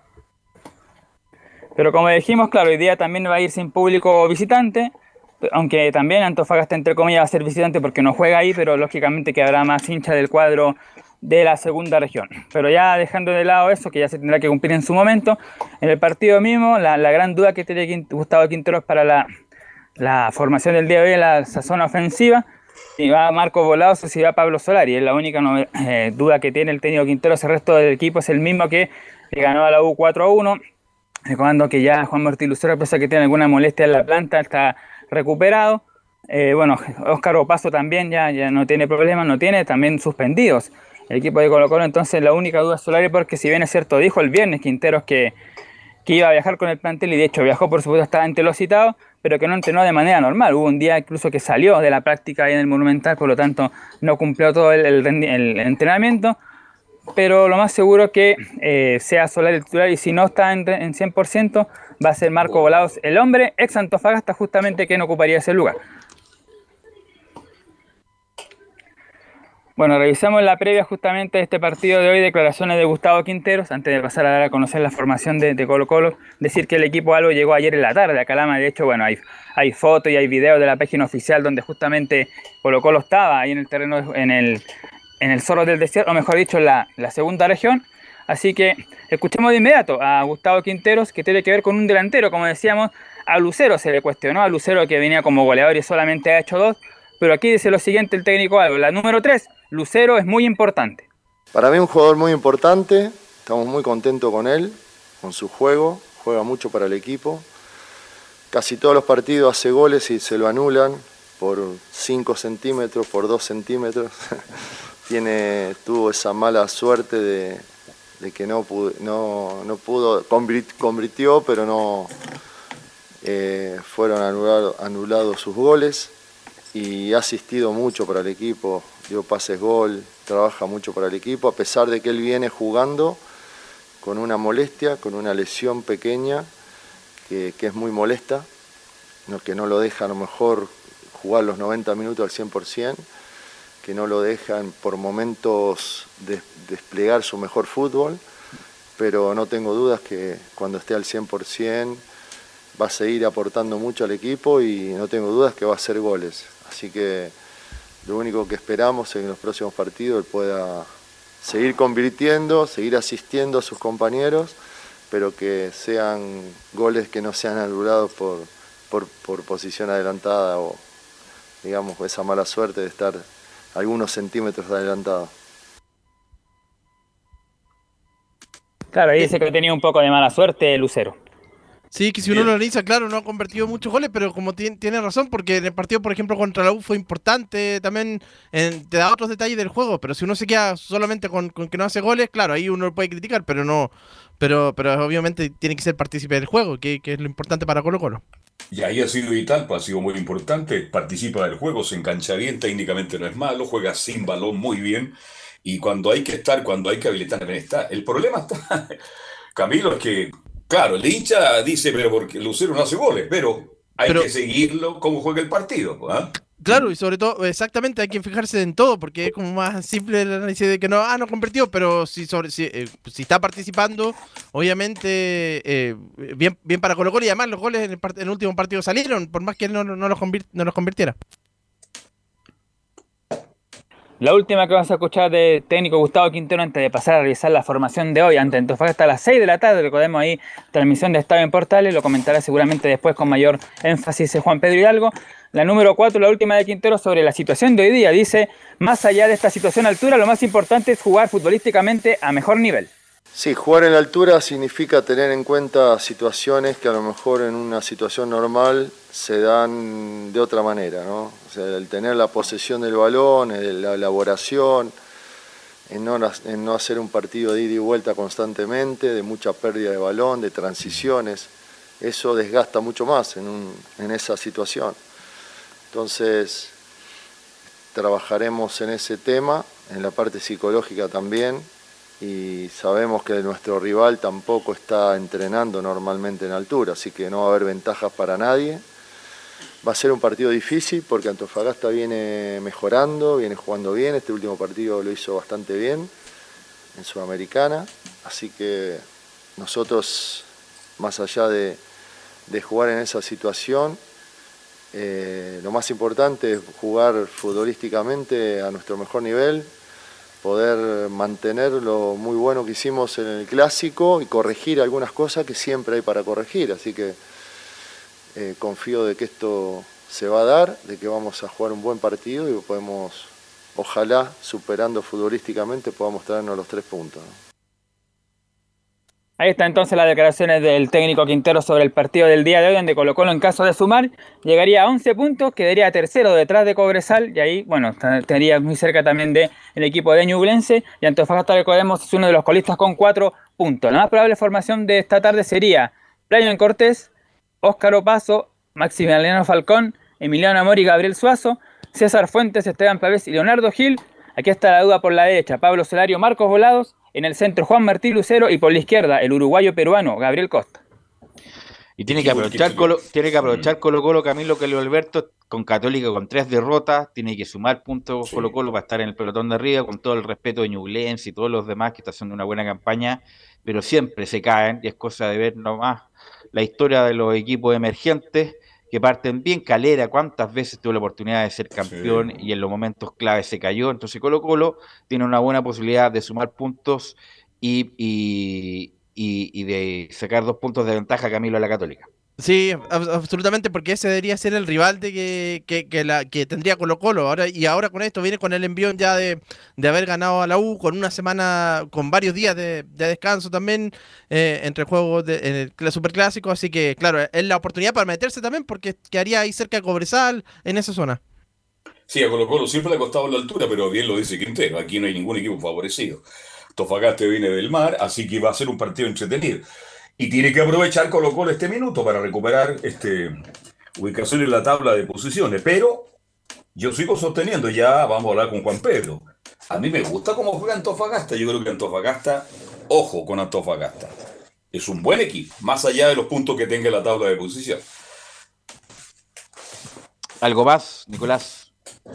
Pero como dijimos, claro, hoy día también va a ir sin público visitante, aunque también Antofagasta, entre comillas, va a ser visitante porque no juega ahí, pero lógicamente que habrá más hinchas del cuadro de la segunda región. Pero ya dejando de lado eso, que ya se tendrá que cumplir en su momento, en el partido mismo, la, la gran duda que tiene Gustavo Quinteros para la, la formación del día de hoy es la zona ofensiva, si va Marco Volados o si va Pablo Solari, es la única no, eh, duda que tiene el técnico Quinteros. El resto del equipo es el mismo que le ganó a la U cuatro a uno, recordando que ya Juan Martín Lucero, a pesar que tiene alguna molestia en la planta, está recuperado. Eh, bueno, Óscar Opaso también ya, ya no tiene problemas, no tiene, también suspendidos el equipo de Colo Colo. Entonces la única duda es Solari, porque si bien es cierto, dijo el viernes Quinteros que, que iba a viajar con el plantel, y de hecho viajó, por supuesto, estaba entre los citados, pero que no entrenó de manera normal. Hubo un día incluso que salió de la práctica ahí en el Monumental, por lo tanto no cumplió todo el, el, el entrenamiento, pero lo más seguro es que eh, sea Solari el titular, y si no está en, en cien por ciento va a ser Marco Volados, el hombre ex Antofagasta, justamente, quien ocuparía ese lugar. Bueno, revisamos la previa justamente de este partido de hoy, declaraciones de Gustavo Quinteros, antes de pasar a dar a conocer la formación de, de Colo Colo. Decir que el equipo albo llegó ayer en la tarde a Calama. De hecho, bueno, hay, hay fotos y hay videos de la página oficial donde justamente Colo Colo estaba ahí en el terreno, en el, en el Zorro del Desierto, o mejor dicho, en la, la segunda región. Así que escuchemos de inmediato a Gustavo Quinteros, que tiene que ver con un delantero, como decíamos. A Lucero se le cuestionó, a Lucero que venía como goleador y solamente ha hecho dos, pero aquí dice lo siguiente el técnico albo: la número tres, Lucero, es muy importante. Para mí un jugador muy importante, estamos muy contentos con él, con su juego, juega mucho para el equipo. Casi todos los partidos hace goles y se lo anulan por cinco centímetros, por dos centímetros. Tiene, tuvo esa mala suerte de, de que no pudo, no, no pudo, convirtió, pero no eh, fueron anulado, anulados sus goles, y ha asistido mucho para el equipo, dio pases gol, trabaja mucho para el equipo, a pesar de que él viene jugando con una molestia, con una lesión pequeña, que, que es muy molesta, no, que no lo deja a lo mejor jugar los noventa minutos al cien por ciento, que no lo dejan por momentos de, desplegar su mejor fútbol, pero no tengo dudas que cuando esté al cien por ciento va a seguir aportando mucho al equipo y no tengo dudas que va a hacer goles. Así que lo único que esperamos es que en los próximos partidos él pueda seguir convirtiendo, seguir asistiendo a sus compañeros, pero que sean goles que no sean anulados por, por, por posición adelantada o, digamos, esa mala suerte de estar algunos centímetros adelantado. Claro, ahí dice que tenía un poco de mala suerte Lucero. Sí, que si uno lo analiza, claro, no ha convertido muchos goles, pero como tiene, tiene razón, porque en el partido, por ejemplo, contra la U fue importante también, en, te da otros detalles del juego, pero si uno se queda solamente con, con que no hace goles, claro, ahí uno lo puede criticar, pero no, pero, pero obviamente tiene que ser partícipe del juego, que, que es lo importante para Colo Colo. Y ahí ha sido vital, pues ha sido muy importante, participa del juego, se engancha bien, técnicamente no es malo, juega sin balón muy bien, y cuando hay que estar, cuando hay que habilitar, también está. El problema está, Camilo, es que claro, el hincha dice, pero porque Lucero no hace goles, pero hay pero, que seguirlo como juega el partido. ¿eh? Claro, y sobre todo, exactamente, hay que fijarse en todo, porque es como más simple el análisis de que no, ah, no convirtió, pero si sobre si, eh, si está participando, obviamente, eh, bien, bien para Colo Colo, y además los goles en el, part- en el último partido salieron, por más que él no, no, los, convir- no los convirtiera. La última que vamos a escuchar de técnico Gustavo Quintero antes de pasar a revisar la formación de hoy ante Antofagasta a las seis de la tarde. Recordemos ahí, transmisión de Estadio en Portales, lo comentará seguramente después con mayor énfasis Juan Pedro Hidalgo. La número cuatro, la última de Quintero sobre la situación de hoy día. Dice, más allá de esta situación a altura, lo más importante es jugar futbolísticamente a mejor nivel. Sí, jugar en la altura significa tener en cuenta situaciones que a lo mejor en una situación normal se dan de otra manera, ¿no? O sea, el tener la posesión del balón, el, la elaboración, en no, en no hacer un partido de ida y vuelta constantemente, de mucha pérdida de balón, de transiciones, eso desgasta mucho más en, un, en esa situación. Entonces, trabajaremos en ese tema, en la parte psicológica también, y sabemos que nuestro rival tampoco está entrenando normalmente en altura, así que no va a haber ventajas para nadie. Va a ser un partido difícil porque Antofagasta viene mejorando, viene jugando bien, este último partido lo hizo bastante bien en Sudamericana, así que nosotros, más allá de, de jugar en esa situación, eh, lo más importante es jugar futbolísticamente a nuestro mejor nivel, poder mantener lo muy bueno que hicimos en el Clásico y corregir algunas cosas que siempre hay para corregir. Así que eh, confío de que esto se va a dar, de que vamos a jugar un buen partido y podemos, ojalá, superando futbolísticamente, podamos traernos los tres puntos, ¿no? Ahí está entonces las declaraciones del técnico Quintero sobre el partido del día de hoy, donde Colo Colo, en caso de sumar, llegaría a once puntos, quedaría tercero detrás de Cobresal, y ahí, bueno, estaría muy cerca también del equipo de Ñublense, y Antofagasta, recordemos, es uno de los colistas con cuatro puntos. La más probable formación de esta tarde sería Brian Cortés, Óscar Opaso, Maximiliano Falcón, Emiliano Amor y Gabriel Suazo, César Fuentes, Esteban Pavés y Leonardo Gil. Aquí está la duda por la derecha, Pablo Solario, Marcos Volados. En el centro, Juan Martín Lucero, y por la izquierda, el uruguayo peruano, Gabriel Costa. Y tiene que aprovechar Colo, tiene que aprovechar Colo Colo, Camilo, que Leo Alberto, con Católica con tres derrotas, tiene que sumar puntos sí. Colo Colo para estar en el pelotón de arriba, con todo el respeto de Ñublense y todos los demás que están haciendo una buena campaña, pero siempre se caen, y es cosa de ver nomás la historia de los equipos emergentes, que parten bien. Calera, cuántas veces tuvo la oportunidad de ser campeón sí. y en los momentos clave se cayó. Entonces Colo Colo tiene una buena posibilidad de sumar puntos y, y, y, y de sacar dos puntos de ventaja, Camilo, a la Católica. Sí, absolutamente, porque ese debería ser el rival de que, que, que, la, que tendría Colo Colo. Ahora, y ahora con esto viene con el envión ya de, de haber ganado a la U, con una semana, con varios días de, de descanso también, eh, entre juegos de, en el Superclásico. Así que, claro, es la oportunidad para meterse también, porque quedaría ahí cerca de Cobresal, en esa zona. Sí, a Colo Colo siempre le ha costado la altura, pero bien lo dice Quintero, aquí no hay ningún equipo favorecido. Antofagasta viene del mar, así que va a ser un partido entretenido. Y tiene que aprovechar Colo Colo este minuto para recuperar este, ubicación en la tabla de posiciones. Pero yo sigo sosteniendo, ya vamos a hablar con Juan Pedro. A mí me gusta cómo juega Antofagasta. Yo creo que Antofagasta, ojo con Antofagasta, es un buen equipo, más allá de los puntos que tenga en la tabla de posición. ¿Algo más, Nicolás?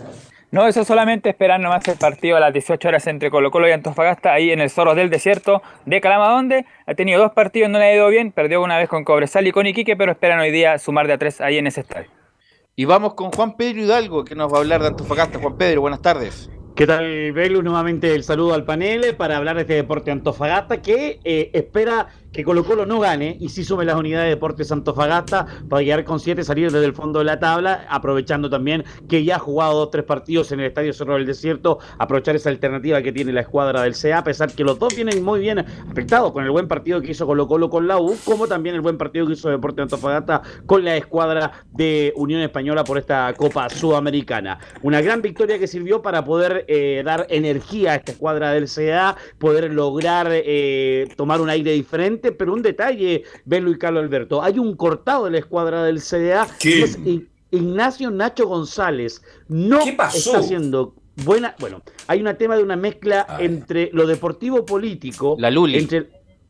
No, eso solamente esperar nomás el partido a las dieciocho horas entre Colo Colo y Antofagasta, ahí en el Zorros del Desierto de Calama, donde ha tenido dos partidos, no le ha ido bien, perdió una vez con Cobresal y con Iquique, pero esperan hoy día sumar de a tres ahí en ese estadio. Y vamos con Juan Pedro Hidalgo, que nos va a hablar de Antofagasta. Juan Pedro, buenas tardes. ¿Qué tal, Velus? Nuevamente el saludo al panel para hablar de este Deporte Antofagasta que eh, espera que Colo Colo no gane y sí sume las unidades de Deportes Antofagasta para llegar con siete, salir desde el fondo de la tabla, aprovechando también que ya ha jugado dos tres partidos en el Estadio Cerro del Desierto, aprovechar esa alternativa que tiene la escuadra del C A, a pesar que los dos vienen muy bien afectados con el buen partido que hizo Colo Colo con la U, como también el buen partido que hizo Deportes Antofagasta con la escuadra de Unión Española por esta Copa Sudamericana. Una gran victoria que sirvió para poder eh, dar energía a esta escuadra del C A, poder lograr eh, tomar un aire diferente. Pero un detalle, Belo y Carlos Alberto, hay un cortado de la escuadra del C D A, que es Ignacio Nacho González. No está haciendo buena, bueno, hay un tema de una mezcla Ay. entre lo deportivo político, la Luli. Entre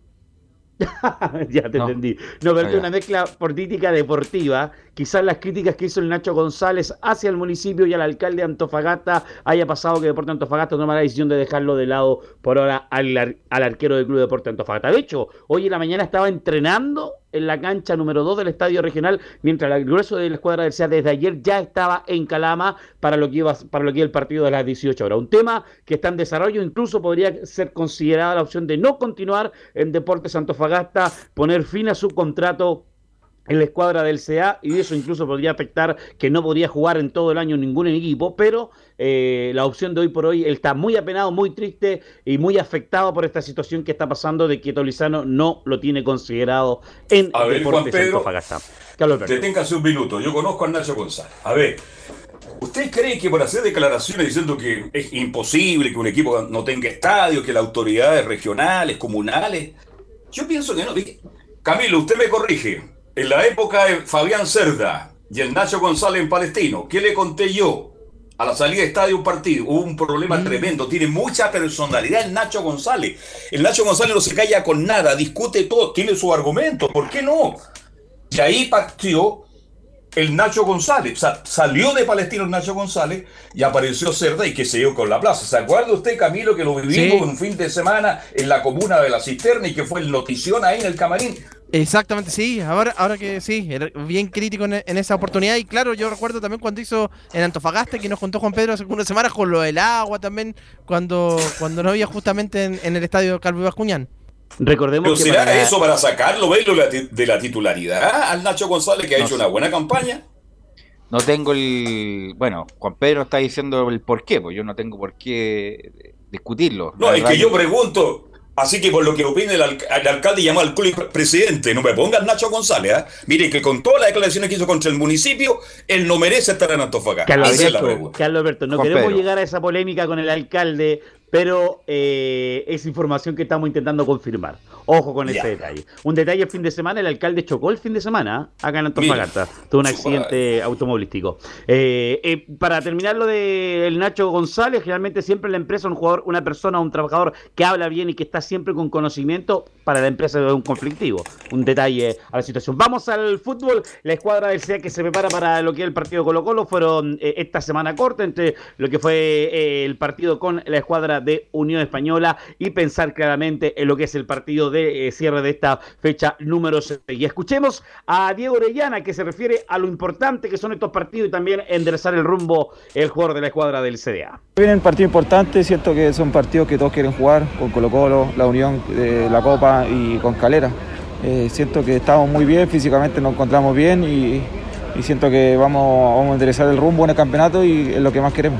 ya te no. entendí. No, pero es una mezcla política deportiva. Quizás las críticas que hizo el Nacho González hacia el municipio y al alcalde de Antofagasta haya pasado que Deporte Antofagasta toma la decisión de dejarlo de lado por ahora al, al arquero del Club Deporte Antofagasta. De hecho, hoy en la mañana estaba entrenando en la cancha número dos del Estadio Regional, mientras el grueso de la escuadra del C A desde ayer ya estaba en Calama para lo que iba para lo que iba el partido de las dieciocho horas. Un tema que está en desarrollo, incluso podría ser considerada la opción de no continuar en Deportes Antofagasta, poner fin a su contrato en la escuadra del C A, y eso incluso podría afectar que no podría jugar en todo el año ningún equipo, pero eh, la opción de hoy por hoy, él está muy apenado, muy triste y muy afectado por esta situación que está pasando de que Tolizano no lo tiene considerado en a ver, Deportes Antofagasta. Deténgase un minuto, yo conozco a Nacho González. A ver, ¿usted cree que por hacer declaraciones diciendo que es imposible que un equipo no tenga estadio, que las autoridades regionales, comunales? Yo pienso que no. Camilo, usted me corrige. En la época de Fabián Cerda y el Nacho González en Palestino, ¿qué le conté yo? A la salida de estadio un partido, hubo un problema mm. tremendo, tiene mucha personalidad el Nacho González. El Nacho González no se calla con nada, discute todo, tiene su argumento, ¿por qué no? Y ahí partió el Nacho González, o sea, salió de Palestino el Nacho González y apareció Cerda y que se dio con la plaza. ¿Se acuerda usted, Camilo, que lo vivimos sí. un fin de semana en la comuna de La Cisterna y que fue el notición ahí en el camarín? Exactamente, sí, ahora, ahora que sí, era bien crítico en, en esa oportunidad. Y claro, yo recuerdo también cuando hizo en Antofagasta, que nos contó Juan Pedro hace unas semanas con lo del agua también, cuando, cuando no había justamente en, en el estadio Calvo Bascuñán. Recordemos ¿Pero que será para... eso para sacarlo, verlo de la titularidad al Nacho González, que ha no hecho sé. una buena campaña? No tengo el... Bueno, Juan Pedro está diciendo el por qué, pues yo no tengo por qué discutirlo. No, es que yo pregunto... Así que por lo que opine el, alc el alcalde llamó al club presidente, no me pongan Nacho González, ¿eh? Mire que con todas las declaraciones que hizo contra el municipio, él no merece estar en Antofagasta. Carlos Alberto, Carlos Alberto, no Juan queremos Pedro. llegar a esa polémica con el alcalde, pero eh, es información que estamos intentando confirmar. Ojo con ese ya. detalle. Un detalle el fin de semana, el alcalde chocó el fin de semana acá en Antofagasta. Tuvo un accidente suave. automovilístico. Eh, eh, para terminar lo del Nacho González, generalmente siempre en la empresa un jugador, una persona, un trabajador que habla bien y que está siempre con conocimiento, para la empresa es un conflictivo. Un detalle a la situación. Vamos al fútbol. La escuadra del C A que se prepara para lo que es el partido Colo Colo fueron eh, esta semana corta entre lo que fue eh, el partido con la escuadra de Unión Española y pensar claramente en lo que es el partido de eh, cierre de esta fecha número seis. Y escuchemos a Diego Orellana, que se refiere a lo importante que son estos partidos y también enderezar el rumbo el jugador de la escuadra del C D A. Vienen partidos importantes, cierto que son partidos que todos quieren jugar, con Colo Colo, la Unión, eh, la Copa y con Calera. Eh, siento que estamos muy bien, físicamente nos encontramos bien y, y siento que vamos, vamos a enderezar el rumbo en el campeonato y es lo que más queremos.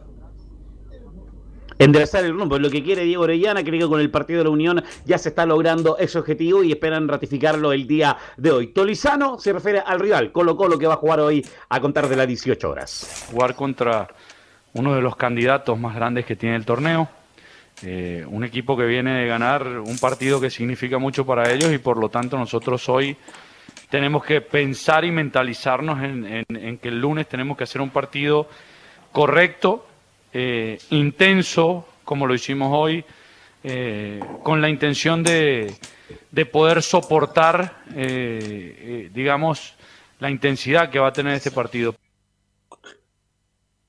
Enderezar el rumbo, es lo que quiere Diego Orellana, creo que con el partido de la Unión ya se está logrando ese objetivo y esperan ratificarlo el día de hoy. Tolizano se refiere al rival, Colo Colo, que va a jugar hoy a contar de las dieciocho horas. Jugar contra uno de los candidatos más grandes que tiene el torneo, eh, un equipo que viene de ganar un partido que significa mucho para ellos y por lo tanto nosotros hoy tenemos que pensar y mentalizarnos en, en, en que el lunes tenemos que hacer un partido correcto, Eh, intenso, como lo hicimos hoy, eh, con la intención de, de poder soportar, eh, eh, digamos, la intensidad que va a tener este partido.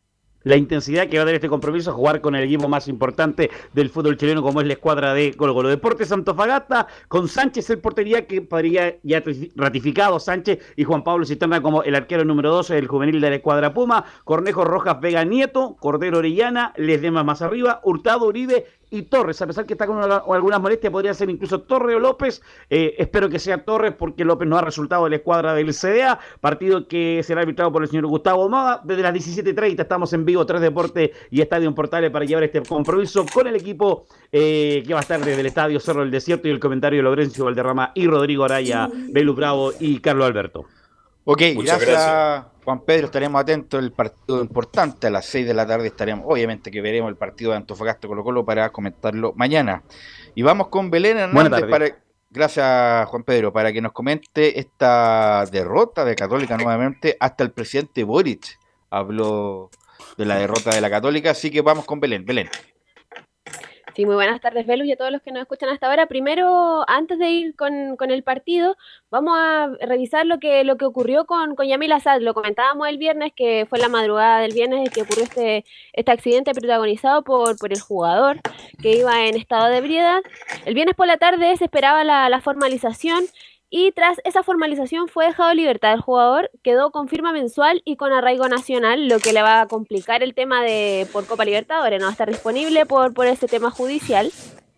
la intensidad que va a tener este compromiso, jugar con el equipo más importante del fútbol chileno como es la escuadra de Colo-Colo. Deportes Antofagasta, con Sánchez en portería, que podría ya ratificado Sánchez, y Juan Pablo Cisterna como el arquero número doce del juvenil de la escuadra Puma, Cornejo, Rojas, Vega, Nieto, Cordero, Orellana, Ledesma más arriba, Hurtado, Uribe y Torres. A pesar que está con una, o algunas molestias, podría ser incluso Torres o López. Eh, espero que sea Torres, porque López no ha resultado de la escuadra del C D A, partido que será arbitrado por el señor Gustavo Moda. Desde las diecisiete treinta estamos en vivo, tres Deportes y Estadio en Portales, para llevar este compromiso con el equipo eh, que va a estar desde el Estadio Cerro del Desierto, y el comentario de Laurencio Valderrama y Rodrigo Araya, Belu Bravo y Carlos Alberto. Ok, Muchas gracias, gracias, Juan Pedro. Estaremos atentos al partido importante a las seis de la tarde. Estaremos, obviamente que veremos el partido de Antofagasta Colo-Colo para comentarlo mañana. Y vamos con Belén Hernández para, gracias Juan Pedro, para que nos comente esta derrota de Católica nuevamente. Hasta el presidente Boric habló de la derrota de la Católica, así que vamos con Belén. Belén. Sí, muy buenas tardes, Velus, y a todos los que nos escuchan hasta ahora. Primero, antes de ir con, con el partido, vamos a revisar lo que lo que ocurrió con, con Yamil Asad. Lo comentábamos el viernes, que fue la madrugada del viernes que ocurrió este, este accidente protagonizado por, por el jugador que iba en estado de ebriedad. El viernes por la tarde se esperaba la, la formalización, y tras esa formalización fue dejado en libertad el jugador, quedó con firma mensual y con arraigo nacional, lo que le va a complicar el tema de por Copa Libertadores, no va a estar disponible por, por ese tema judicial.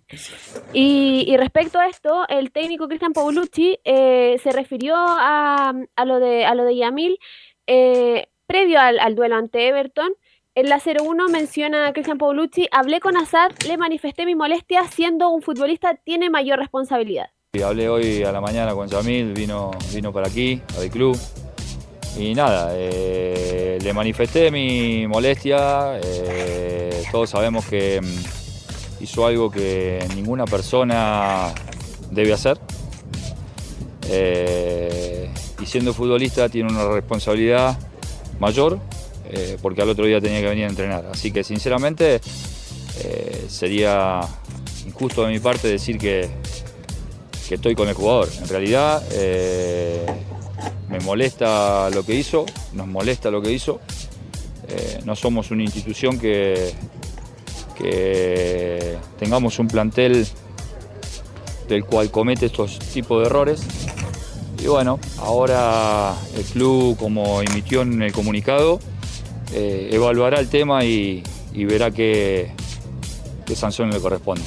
Y, y respecto a esto, el técnico Cristian Paulucci eh, se refirió a, a, lo de, a lo de Yamil eh, previo al, al duelo ante Everton. En la cero uno menciona Cristian Paulucci: hablé con Asad, le manifesté mi molestia, siendo un futbolista tiene mayor responsabilidad. Y hablé hoy a la mañana con Yamil, vino, vino para aquí, al club, y nada, eh, le manifesté mi molestia. Eh, todos sabemos que mm, hizo algo que ninguna persona debe hacer, eh, y siendo futbolista tiene una responsabilidad mayor, eh, porque al otro día tenía que venir a entrenar. Así que sinceramente eh, sería injusto de mi parte decir que que estoy con el jugador. En realidad eh, me molesta lo que hizo, nos molesta lo que hizo. Eh, no somos una institución que, que tengamos un plantel del cual comete estos tipos de errores. Y bueno, ahora el club, como emitió en el comunicado, eh, evaluará el tema y, y verá qué, qué sanción le corresponde.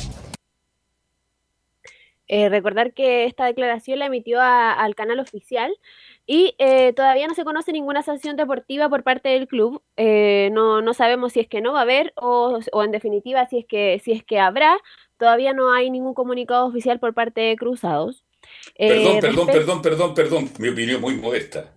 Eh, recordar que esta declaración la emitió a, al canal oficial, y eh, todavía no se conoce ninguna sanción deportiva por parte del club. Eh, no, no sabemos si es que no va a haber o, o en definitiva si es que si es que habrá. Todavía no hay ningún comunicado oficial por parte de Cruzados. Eh, Perdón, perdón, respect- perdón, perdón, perdón. Mi opinión muy modesta.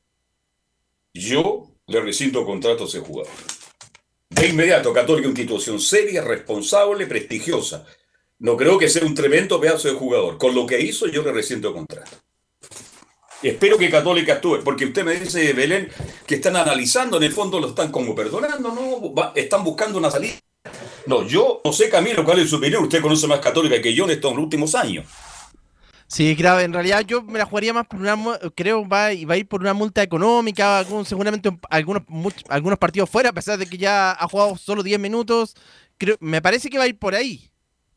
Yo le rescindo contrato a ese jugador. De inmediato, Católica, una institución seria, responsable, prestigiosa. No creo que sea un tremendo pedazo de jugador. Con lo que hizo, yo le rescindo contrato. Espero que Católica actúe, porque usted me dice, Belén, que están analizando, en el fondo lo están como perdonando, ¿no? Va, están buscando una salida. No, yo no sé, Camilo, cuál es su opinión. Usted conoce más Católica que yo en estos últimos años. Sí, claro, en realidad yo me la jugaría más por una, mu- creo va, va a ir por una multa económica, algún, seguramente un- algunos, much- algunos partidos fuera, a pesar de que ya ha jugado solo diez minutos, creo, me parece que va a ir por ahí.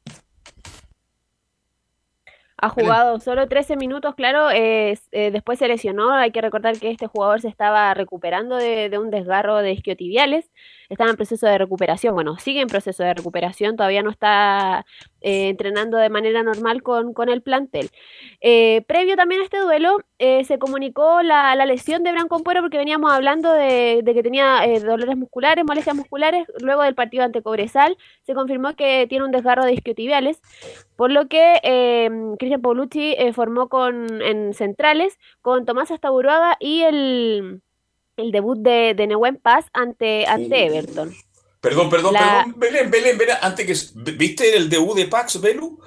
Ha jugado solo trece minutos, claro, eh, eh, después se lesionó. Hay que recordar que este jugador se estaba recuperando de, de un desgarro de isquiotibiales, estaba en proceso de recuperación, bueno, sigue en proceso de recuperación, todavía no está eh, entrenando de manera normal con, con el plantel. Eh, previo también a este duelo, eh, se comunicó la, la lesión de Branco Ampuero, porque veníamos hablando de, de que tenía eh, dolores musculares, molestias musculares. Luego del partido ante Cobresal, se confirmó que tiene un desgarro de isquiotibiales, por lo que eh, Cristian Paulucci eh, formó con, en centrales con Tomás Astaburuaga y el, el debut de, de Nehuen Paz ante, ante Everton. Perdón, perdón, La- perdón. Belén, Belén, Belén. Antes que, ¿viste el debut de Pax, Belu?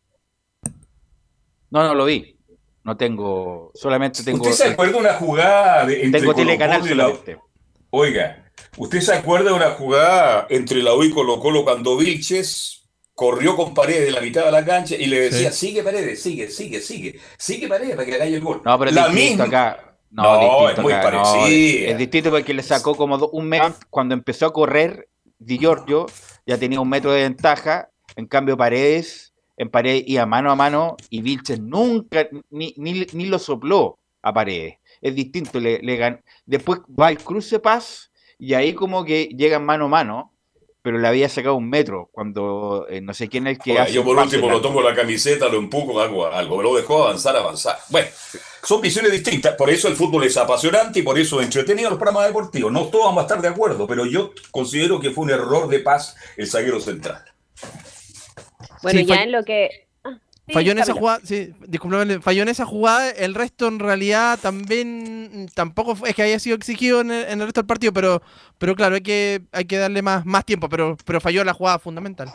No, no lo vi. No tengo, solamente tengo... ¿Usted se acuerda de una jugada de, entre Tengo Colo-Colo telecanal y la- solamente. Oiga, ¿usted se acuerda de una jugada entre la U y Colo-Colo cuando Vilches corrió con Paredes de la mitad de la cancha y le decía, Sí. sigue Paredes, sigue, sigue, sigue, sigue Paredes para que haga el gol? No, pero es la distinto misma, acá. No, No, distinto es muy acá, no, parecida. es distinto porque le sacó como do- un metro cuando empezó a correr. Di Giorgio ya tenía un metro de ventaja. En cambio, Paredes, en Paredes iba mano a mano y Vilches nunca ni, ni, ni lo sopló a Paredes. Es distinto, le, le gan... después va el cruce Paz y ahí como que llegan mano a mano, pero le había sacado un metro cuando eh, no sé quién es el que Oiga, hace yo el por pase último lo largo. tomo la camiseta, lo empujo, hago algo, lo dejó avanzar, avanzar. Bueno, son visiones distintas, por eso el fútbol es apasionante y por eso es entretenido los programas deportivos. No todos vamos a estar de acuerdo, pero yo considero que fue un error de Paz el zaguero central. Bueno, Sí, ya fall- en lo que... ah, sí, Falló en esa Camilo. jugada, sí, discúlpame, falló en esa jugada, el resto en realidad también tampoco fue- es que haya sido exigido en el, en el resto del partido, pero pero claro, hay que hay que darle más, más tiempo, pero pero falló la jugada fundamental.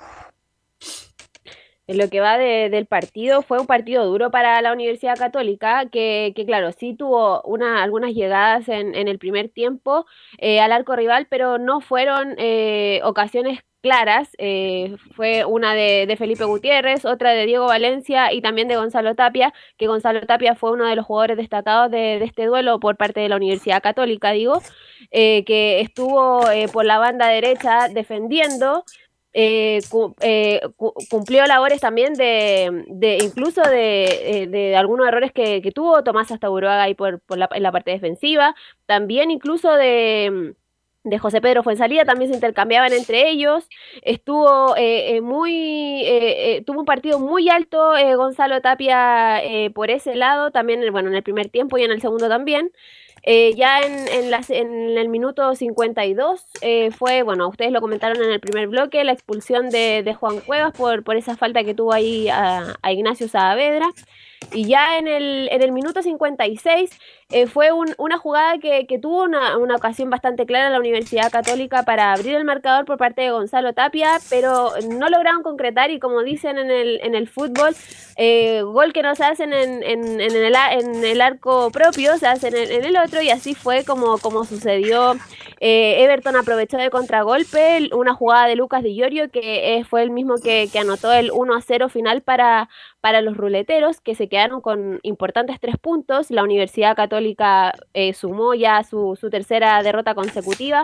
En lo que va de- del partido, fue un partido duro para la Universidad Católica, que, que claro, sí tuvo una, algunas llegadas en, en el primer tiempo eh, al arco rival, pero no fueron eh, ocasiones claras. Eh, fue una de, de Felipe Gutiérrez, otra de Diego Valencia y también de Gonzalo Tapia, que Gonzalo Tapia fue uno de los jugadores destacados de, de este duelo por parte de la Universidad Católica, digo, eh, que estuvo eh, por la banda derecha defendiendo. Eh, cu- eh, cu- cumplió labores también de, de incluso de, eh, de algunos errores que, que tuvo Tomás Astaburuaga ahí por, por la, en la parte defensiva, también incluso de, de José Pedro Fuenzalía, también se intercambiaban entre ellos, estuvo eh, eh, muy, eh, eh, tuvo un partido muy alto eh, Gonzalo Tapia eh, por ese lado, también bueno, en el primer tiempo y en el segundo también. Eh, ya en, en, las- en el minuto cincuenta y dos eh, fue, bueno, ustedes lo comentaron en el primer bloque, la expulsión de, de Juan Cuevas por, por esa falta que tuvo ahí a, a Ignacio Saavedra. Y ya en el, en el minuto cincuenta y seis eh, fue un- una jugada que, que tuvo una, una ocasión bastante clara en la Universidad Católica para abrir el marcador por parte de Gonzalo Tapia, pero no lograron concretar y como dicen en el, en el fútbol, eh, gol que no se hacen en, en, en, el, a- en el arco propio, se hacen en, en el otro y así fue como, como sucedió. Eh, Everton aprovechó de contragolpe el- una jugada de Lucas Di Giorgio que eh, fue el mismo que, que anotó el uno a cero final para, para los ruleteros, que se quedaron con importantes tres puntos. La Universidad Católica eh, sumó ya su, su tercera derrota consecutiva.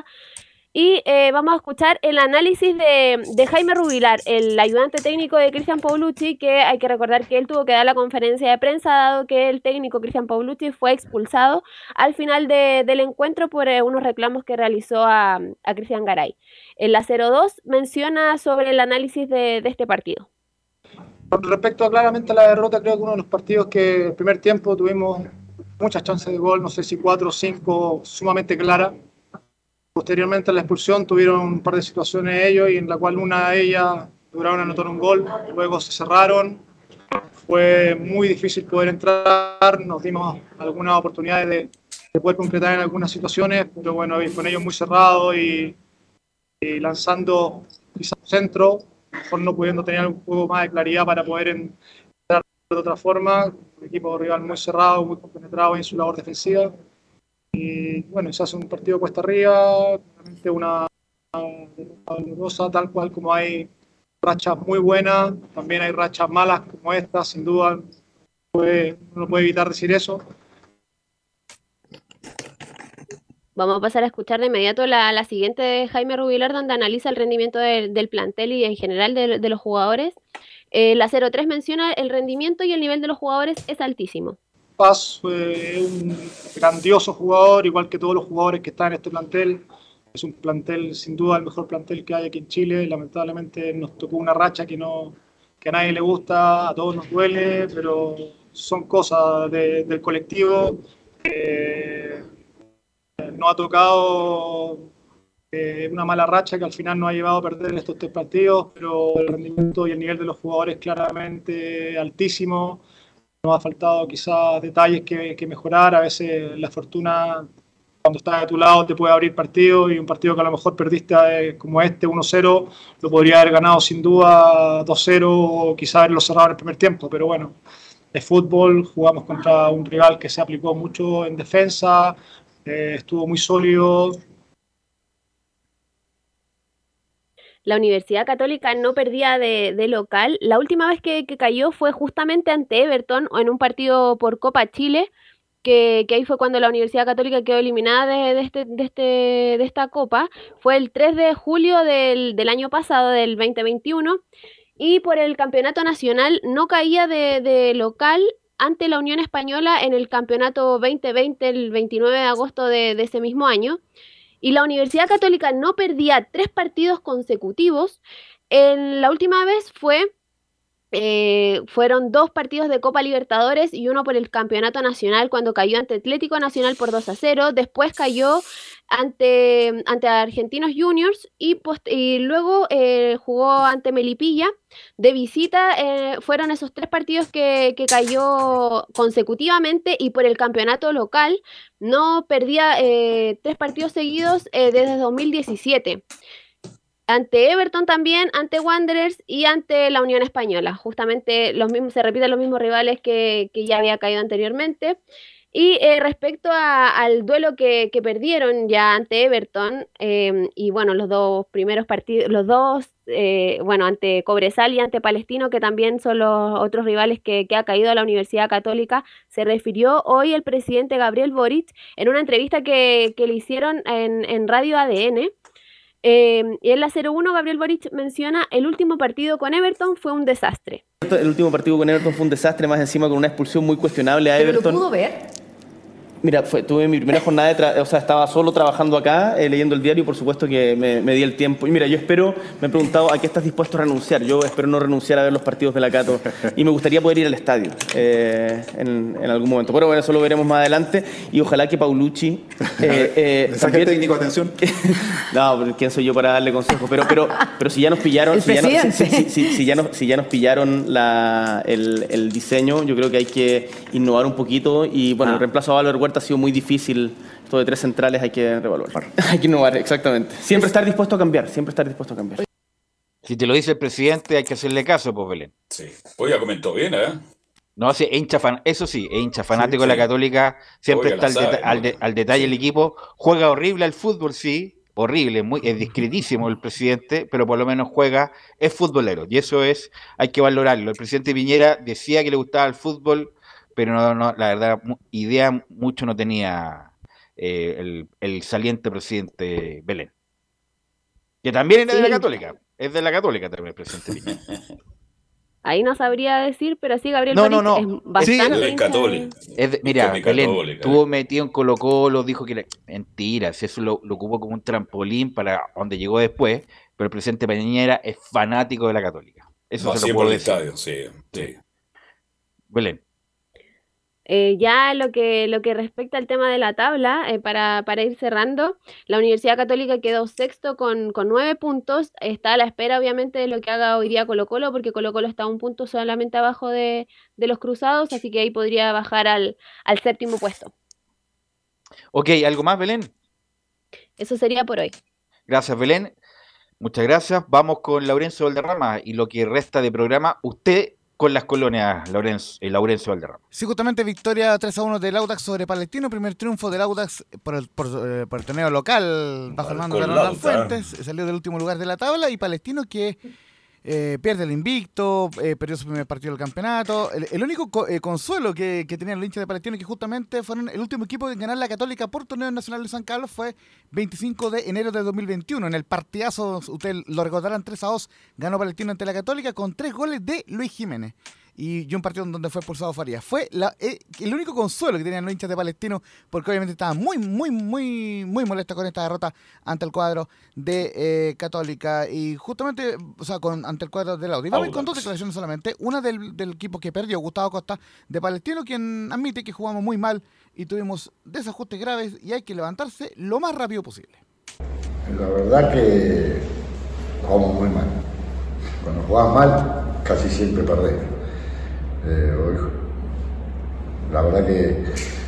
Y eh, vamos a escuchar el análisis de, de Jaime Rubilar, el ayudante técnico de Cristian Paulucci, que hay que recordar que él tuvo que dar la conferencia de prensa, dado que el técnico Cristian Paulucci fue expulsado al final de- del encuentro por eh, unos reclamos que realizó a, a Cristian Garay. En la cero dos menciona sobre el análisis de, de este partido. Con respecto claramente a la derrota, creo que uno de los partidos que el primer tiempo tuvimos muchas chances de gol, no sé si cuatro o cinco, sumamente claras. Posteriormente a la expulsión tuvieron un par de situaciones ellos y en la cual una de ellas lograron anotar un gol, luego se cerraron. Fue muy difícil poder entrar, nos dimos algunas oportunidades de, de poder concretar en algunas situaciones, pero bueno, con ellos muy cerrados y, y lanzando quizás centro, mejor no pudiendo tener un poco más de claridad para poder entrar de otra forma. Un equipo rival muy cerrado, muy compenetrado en su labor defensiva. Y bueno, se hace un partido cuesta arriba, realmente una derrota dolorosa, tal cual como hay rachas muy buenas, también hay rachas malas como esta, sin duda, puede, uno no puede evitar decir eso. Vamos a pasar a escuchar de inmediato la, la siguiente de Jaime Rubilar, donde analiza el rendimiento del, del plantel y en general de, de los jugadores. Eh, la cero tres menciona el rendimiento y el nivel de los jugadores es altísimo. Paz fue un grandioso jugador, igual que todos los jugadores que están en este plantel. Es un plantel, sin duda, el mejor plantel que hay aquí en Chile. Lamentablemente nos tocó una racha que, no, que a nadie le gusta, a todos nos duele, pero son cosas de, del colectivo. Eh, nos ha tocado eh, una mala racha que al final nos ha llevado a perder estos tres partidos, pero el rendimiento y el nivel de los jugadores claramente altísimo. Nos ha faltado quizás detalles que, que mejorar. A veces la fortuna, cuando está de tu lado, te puede abrir partido y un partido que a lo mejor perdiste eh, como este, uno cero, lo podría haber ganado sin duda dos cero o quizás haberlo cerrado en el primer tiempo. Pero bueno, es fútbol, jugamos contra un rival que se aplicó mucho en defensa, eh, estuvo muy sólido. La Universidad Católica no perdía de, de local. La última vez que, que cayó fue justamente ante Everton en un partido por Copa Chile, que, que ahí fue cuando la Universidad Católica quedó eliminada de, de, este, de, este, de esta copa, fue el tres de julio del, del año pasado, del veinte veintiuno, y por el campeonato nacional no caía de, de local ante la Unión Española en el campeonato veinte veinte, el veintinueve de agosto de, de ese mismo año, y la Universidad Católica no perdía tres partidos consecutivos. En la última vez fue... Eh, fueron dos partidos de Copa Libertadores y uno por el Campeonato Nacional cuando cayó ante Atlético Nacional por dos a cero, después cayó ante, ante Argentinos Juniors y, post y luego eh, jugó ante Melipilla de visita. Eh, fueron esos tres partidos que, que cayó consecutivamente, y por el campeonato local no perdía eh, tres partidos seguidos eh, desde dos mil diecisiete. Ante Everton también, ante Wanderers y ante la Unión Española. Justamente los mismos, se repiten los mismos rivales que, que ya había caído anteriormente. Y eh, respecto a, al duelo que, que perdieron ya ante Everton, eh, y bueno, los dos primeros partidos, los dos, eh, bueno, ante Cobresal y ante Palestino, que también son los otros rivales que, que ha caído a la Universidad Católica, se refirió hoy el presidente Gabriel Boric en una entrevista que, que le hicieron en, en Radio A D N. Eh, y en la cero uno, Gabriel Boric menciona: el último partido con Everton fue un desastre. El último partido con Everton fue un desastre, más encima con una expulsión muy cuestionable a Everton. ¿Pero lo pudo ver? Mira, fue, tuve mi primera jornada, de tra o sea, estaba solo trabajando acá, eh, leyendo el diario, y por supuesto que me, me di el tiempo. Y mira, yo espero, me he preguntado a qué estás dispuesto a renunciar. Yo espero no renunciar a ver los partidos de la Cato, y me gustaría poder ir al estadio eh, en, en algún momento. Pero bueno, eso lo veremos más adelante, y ojalá que Paulucci... Eh, eh, ¿Mensaje técnico, atención? No, ¿quién soy yo para darle consejos? Pero, pero, pero si ya nos pillaron, si ya, no, si, si, si, si, si, ya nos, si ya nos pillaron la, el, el diseño, yo creo que hay que innovar un poquito. Y bueno, ah. el reemplazo a Álvaro Huerta ha sido muy difícil. Esto de tres centrales hay que revaluar. Hay que innovar, exactamente. Siempre estar dispuesto a cambiar, siempre estar dispuesto a cambiar. Si te lo dice el presidente, hay que hacerle caso, pues, Belén. Sí. Oiga, comentó bien, ¿eh? No, sí, es hincha fan, eso sí, es hincha fanático sí, sí. de la Católica, siempre Oiga, está al, sabe, al, de al detalle el equipo, juega horrible al fútbol, sí, horrible, muy, es discretísimo el presidente, pero por lo menos juega, es futbolero, y eso es, hay que valorarlo. El presidente Piñera decía que le gustaba el fútbol, pero no, no la verdad, idea mucho no tenía eh, el, el saliente presidente Belén. Que también es sí. de la Católica, es de la Católica también el presidente Piñera. Ahí no sabría decir, pero sí, Gabriel no, no, no. es bastante... Sí, es católico. Es de, mira, es Belén, estuvo metido en Colo Colo, dijo que... Le, mentiras, eso lo, lo ocupó como un trampolín para donde llegó después, pero el presidente Piñera es fanático de la Católica. Eso no, se lo puedo decir. Estadio, sí, sí. Belén. Eh, ya lo que lo que respecta al tema de la tabla, eh, para, para ir cerrando, la Universidad Católica quedó sexto con, con nueve puntos. Está a la espera, obviamente, de lo que haga hoy día Colo Colo, porque Colo Colo está a un punto solamente abajo de, de los Cruzados, así que ahí podría bajar al, al séptimo puesto. Ok, ¿algo más, Belén? Eso sería por hoy. Gracias, Belén. Muchas gracias. Vamos con Laurencio Valderrama y lo que resta de programa. Usted... con las colonias, Laurencio, eh, Laurencio Valderrama. Sí, justamente victoria tres a uno del Audax sobre Palestino, primer triunfo del Audax por el, por, eh, por el torneo local bajo el mando de Ronald Fuentes, salió del último lugar de la tabla, y Palestino que eh, pierde el invicto, eh, perdió su primer partido del campeonato. El, el único co eh, consuelo que, que tenían los hinchas de Palestino, que justamente fueron el último equipo en ganar la Católica por torneo nacional de San Carlos, fue veinticinco de enero de dos mil veintiuno. En el partidazo, ustedes lo recordarán, tres a dos, ganó Palestino ante la Católica con tres goles de Luis Jiménez. Y, y un partido donde fue expulsado Farías. Fue la, eh, el único consuelo que tenían los hinchas de Palestino, porque obviamente estaban muy, muy, muy, muy molestos con esta derrota ante el cuadro de eh, Católica. Y justamente, o sea, con, ante el cuadro del Audax. Y vamos con dos declaraciones solamente. Una del, del equipo que perdió, Gustavo Costa, de Palestino, quien admite que jugamos muy mal y tuvimos desajustes graves y hay que levantarse lo más rápido posible. La verdad que jugamos muy mal. Cuando jugamos mal, casi siempre perdemos. Eh, hoy, la verdad que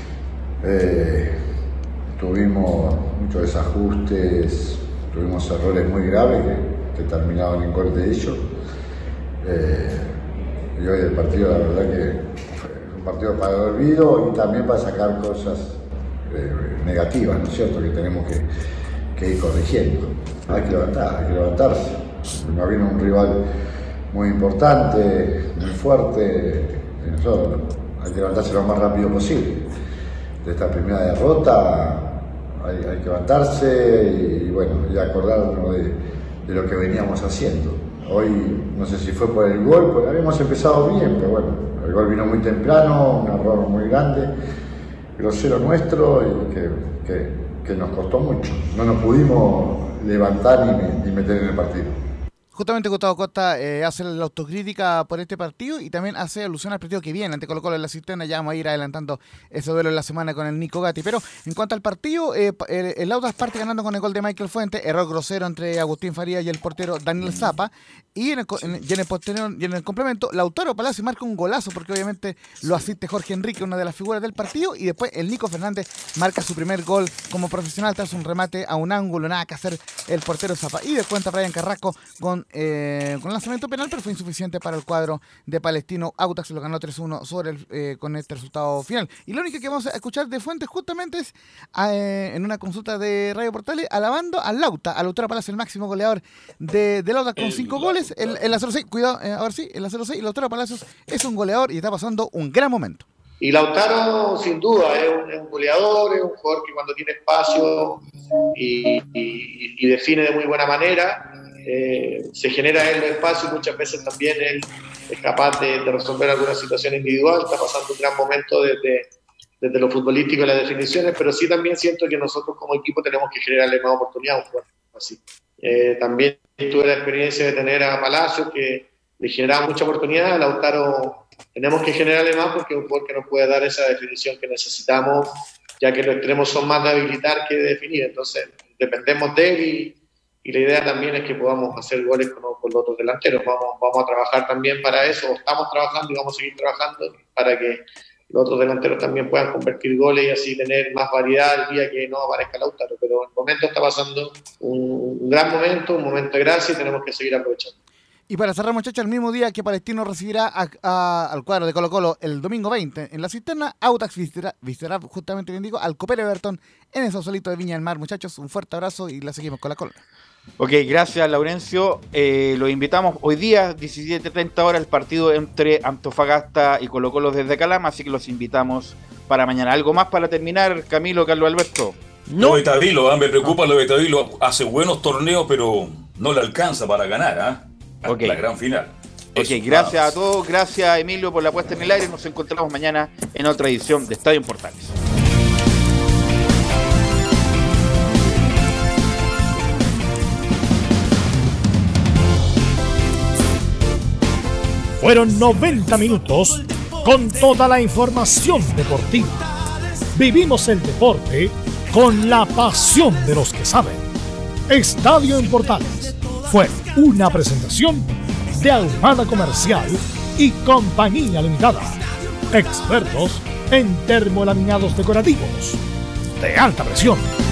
eh, tuvimos muchos desajustes, tuvimos errores muy graves que, que terminaban en gol de ellos. Eh, y hoy el partido, la verdad que fue un partido para el olvido y también para sacar cosas eh, negativas, ¿no es cierto?, que tenemos que, que ir corrigiendo. Hay que levantar, hay que levantarse. Nos vino un rival muy importante, muy fuerte, y nosotros hay que levantarse lo más rápido posible. de esta primera derrota hay, hay que levantarse y, y bueno, y acordarnos de, de lo que veníamos haciendo. Hoy, no sé si fue por el gol, porque habíamos empezado bien, pero bueno, el gol vino muy temprano, un error muy grande, grosero nuestro y que, que, que nos costó mucho. No nos pudimos levantar ni, ni meter en el partido. Justamente Gustavo Costa eh, hace la autocrítica por este partido y también hace alusión al partido que viene ante Colo Colo en la Cisterna. Ya vamos a ir adelantando ese duelo en la semana con el Nico Gatti. Pero en cuanto al partido, eh, el Audax parte ganando con el gol de Michael Fuentes, error grosero entre Agustín Farías y el portero Daniel Zapa. Y en el, en, y en el, posterior, y en el complemento, Lautaro Palacio marca un golazo porque obviamente lo asiste Jorge Enrique, una de las figuras del partido. Y después el Nico Fernández marca su primer gol como profesional tras un remate a un ángulo, nada que hacer el portero Zapa. Y descuenta Brian Carrasco con... Eh, con lanzamiento penal, pero fue insuficiente para el cuadro de Palestino. Audax lo ganó tres uno sobre el, eh, con este resultado final. Y lo único que vamos a escuchar de Fuentes justamente es eh, en una consulta de Radio Portales alabando al Lauta, a Lautaro Palacio, el máximo goleador de, de Audax con cinco goles. El, el cero seis, cuidado, eh, a ver si, el cero seis, Lautaro Palacios es un goleador y está pasando un gran momento. Y Lautaro, sin duda, es un, es un goleador, es un jugador que cuando tiene espacio y, y, y define de muy buena manera. Eh, se genera él el espacio y muchas veces también él es capaz de, de resolver alguna situación individual. Está pasando un gran momento desde, desde lo futbolístico y las definiciones, pero sí también siento que nosotros como equipo tenemos que generarle más oportunidad a un jugador así. Eh, también tuve la experiencia de tener a Palacios que le generaba mucha oportunidad. A Lautaro tenemos que generarle más porque es un jugador que nos puede dar esa definición que necesitamos, ya que los extremos son más de habilitar que de definir. Entonces dependemos de él y Y la idea también es que podamos hacer goles con, con los otros delanteros. Vamos, vamos a trabajar también para eso, estamos trabajando y vamos a seguir trabajando para que los otros delanteros también puedan convertir goles y así tener más variedad el día que no aparezca Lautaro. Pero el momento está pasando un, un gran momento, un momento de gracia y tenemos que seguir aprovechando. Y para cerrar, muchachos, el mismo día que Palestino recibirá a, a, al cuadro de Colo Colo el domingo veinte en la Cisterna, Audax visitará, visitará justamente, bien digo, al Copper Everton en el Sausalito de Viña del Mar. Muchachos, un fuerte abrazo y la seguimos con la cola. Ok, gracias Laurencio. Eh, los invitamos hoy día, diecisiete treinta horas, el partido entre Antofagasta y Colo Colo desde Calama, así que los invitamos para mañana. ¿Algo más para terminar, Camilo, Carlos Alberto? No, lo de Tavilo, ¿eh? me preocupa lo de Tavilo. Hace buenos torneos, pero no le alcanza para ganar, ¿eh? Okay. La gran final. Ok, Eso, gracias nada. a todos, gracias Emilio por la puesta en el aire. Nos encontramos mañana en otra edición de Estadio en Portales. Fueron noventa minutos con toda la información deportiva. Vivimos el deporte con la pasión de los que saben. Estadio en Portales fue una presentación de Ahumada Comercial y Compañía Limitada. Expertos en termolaminados decorativos de alta presión.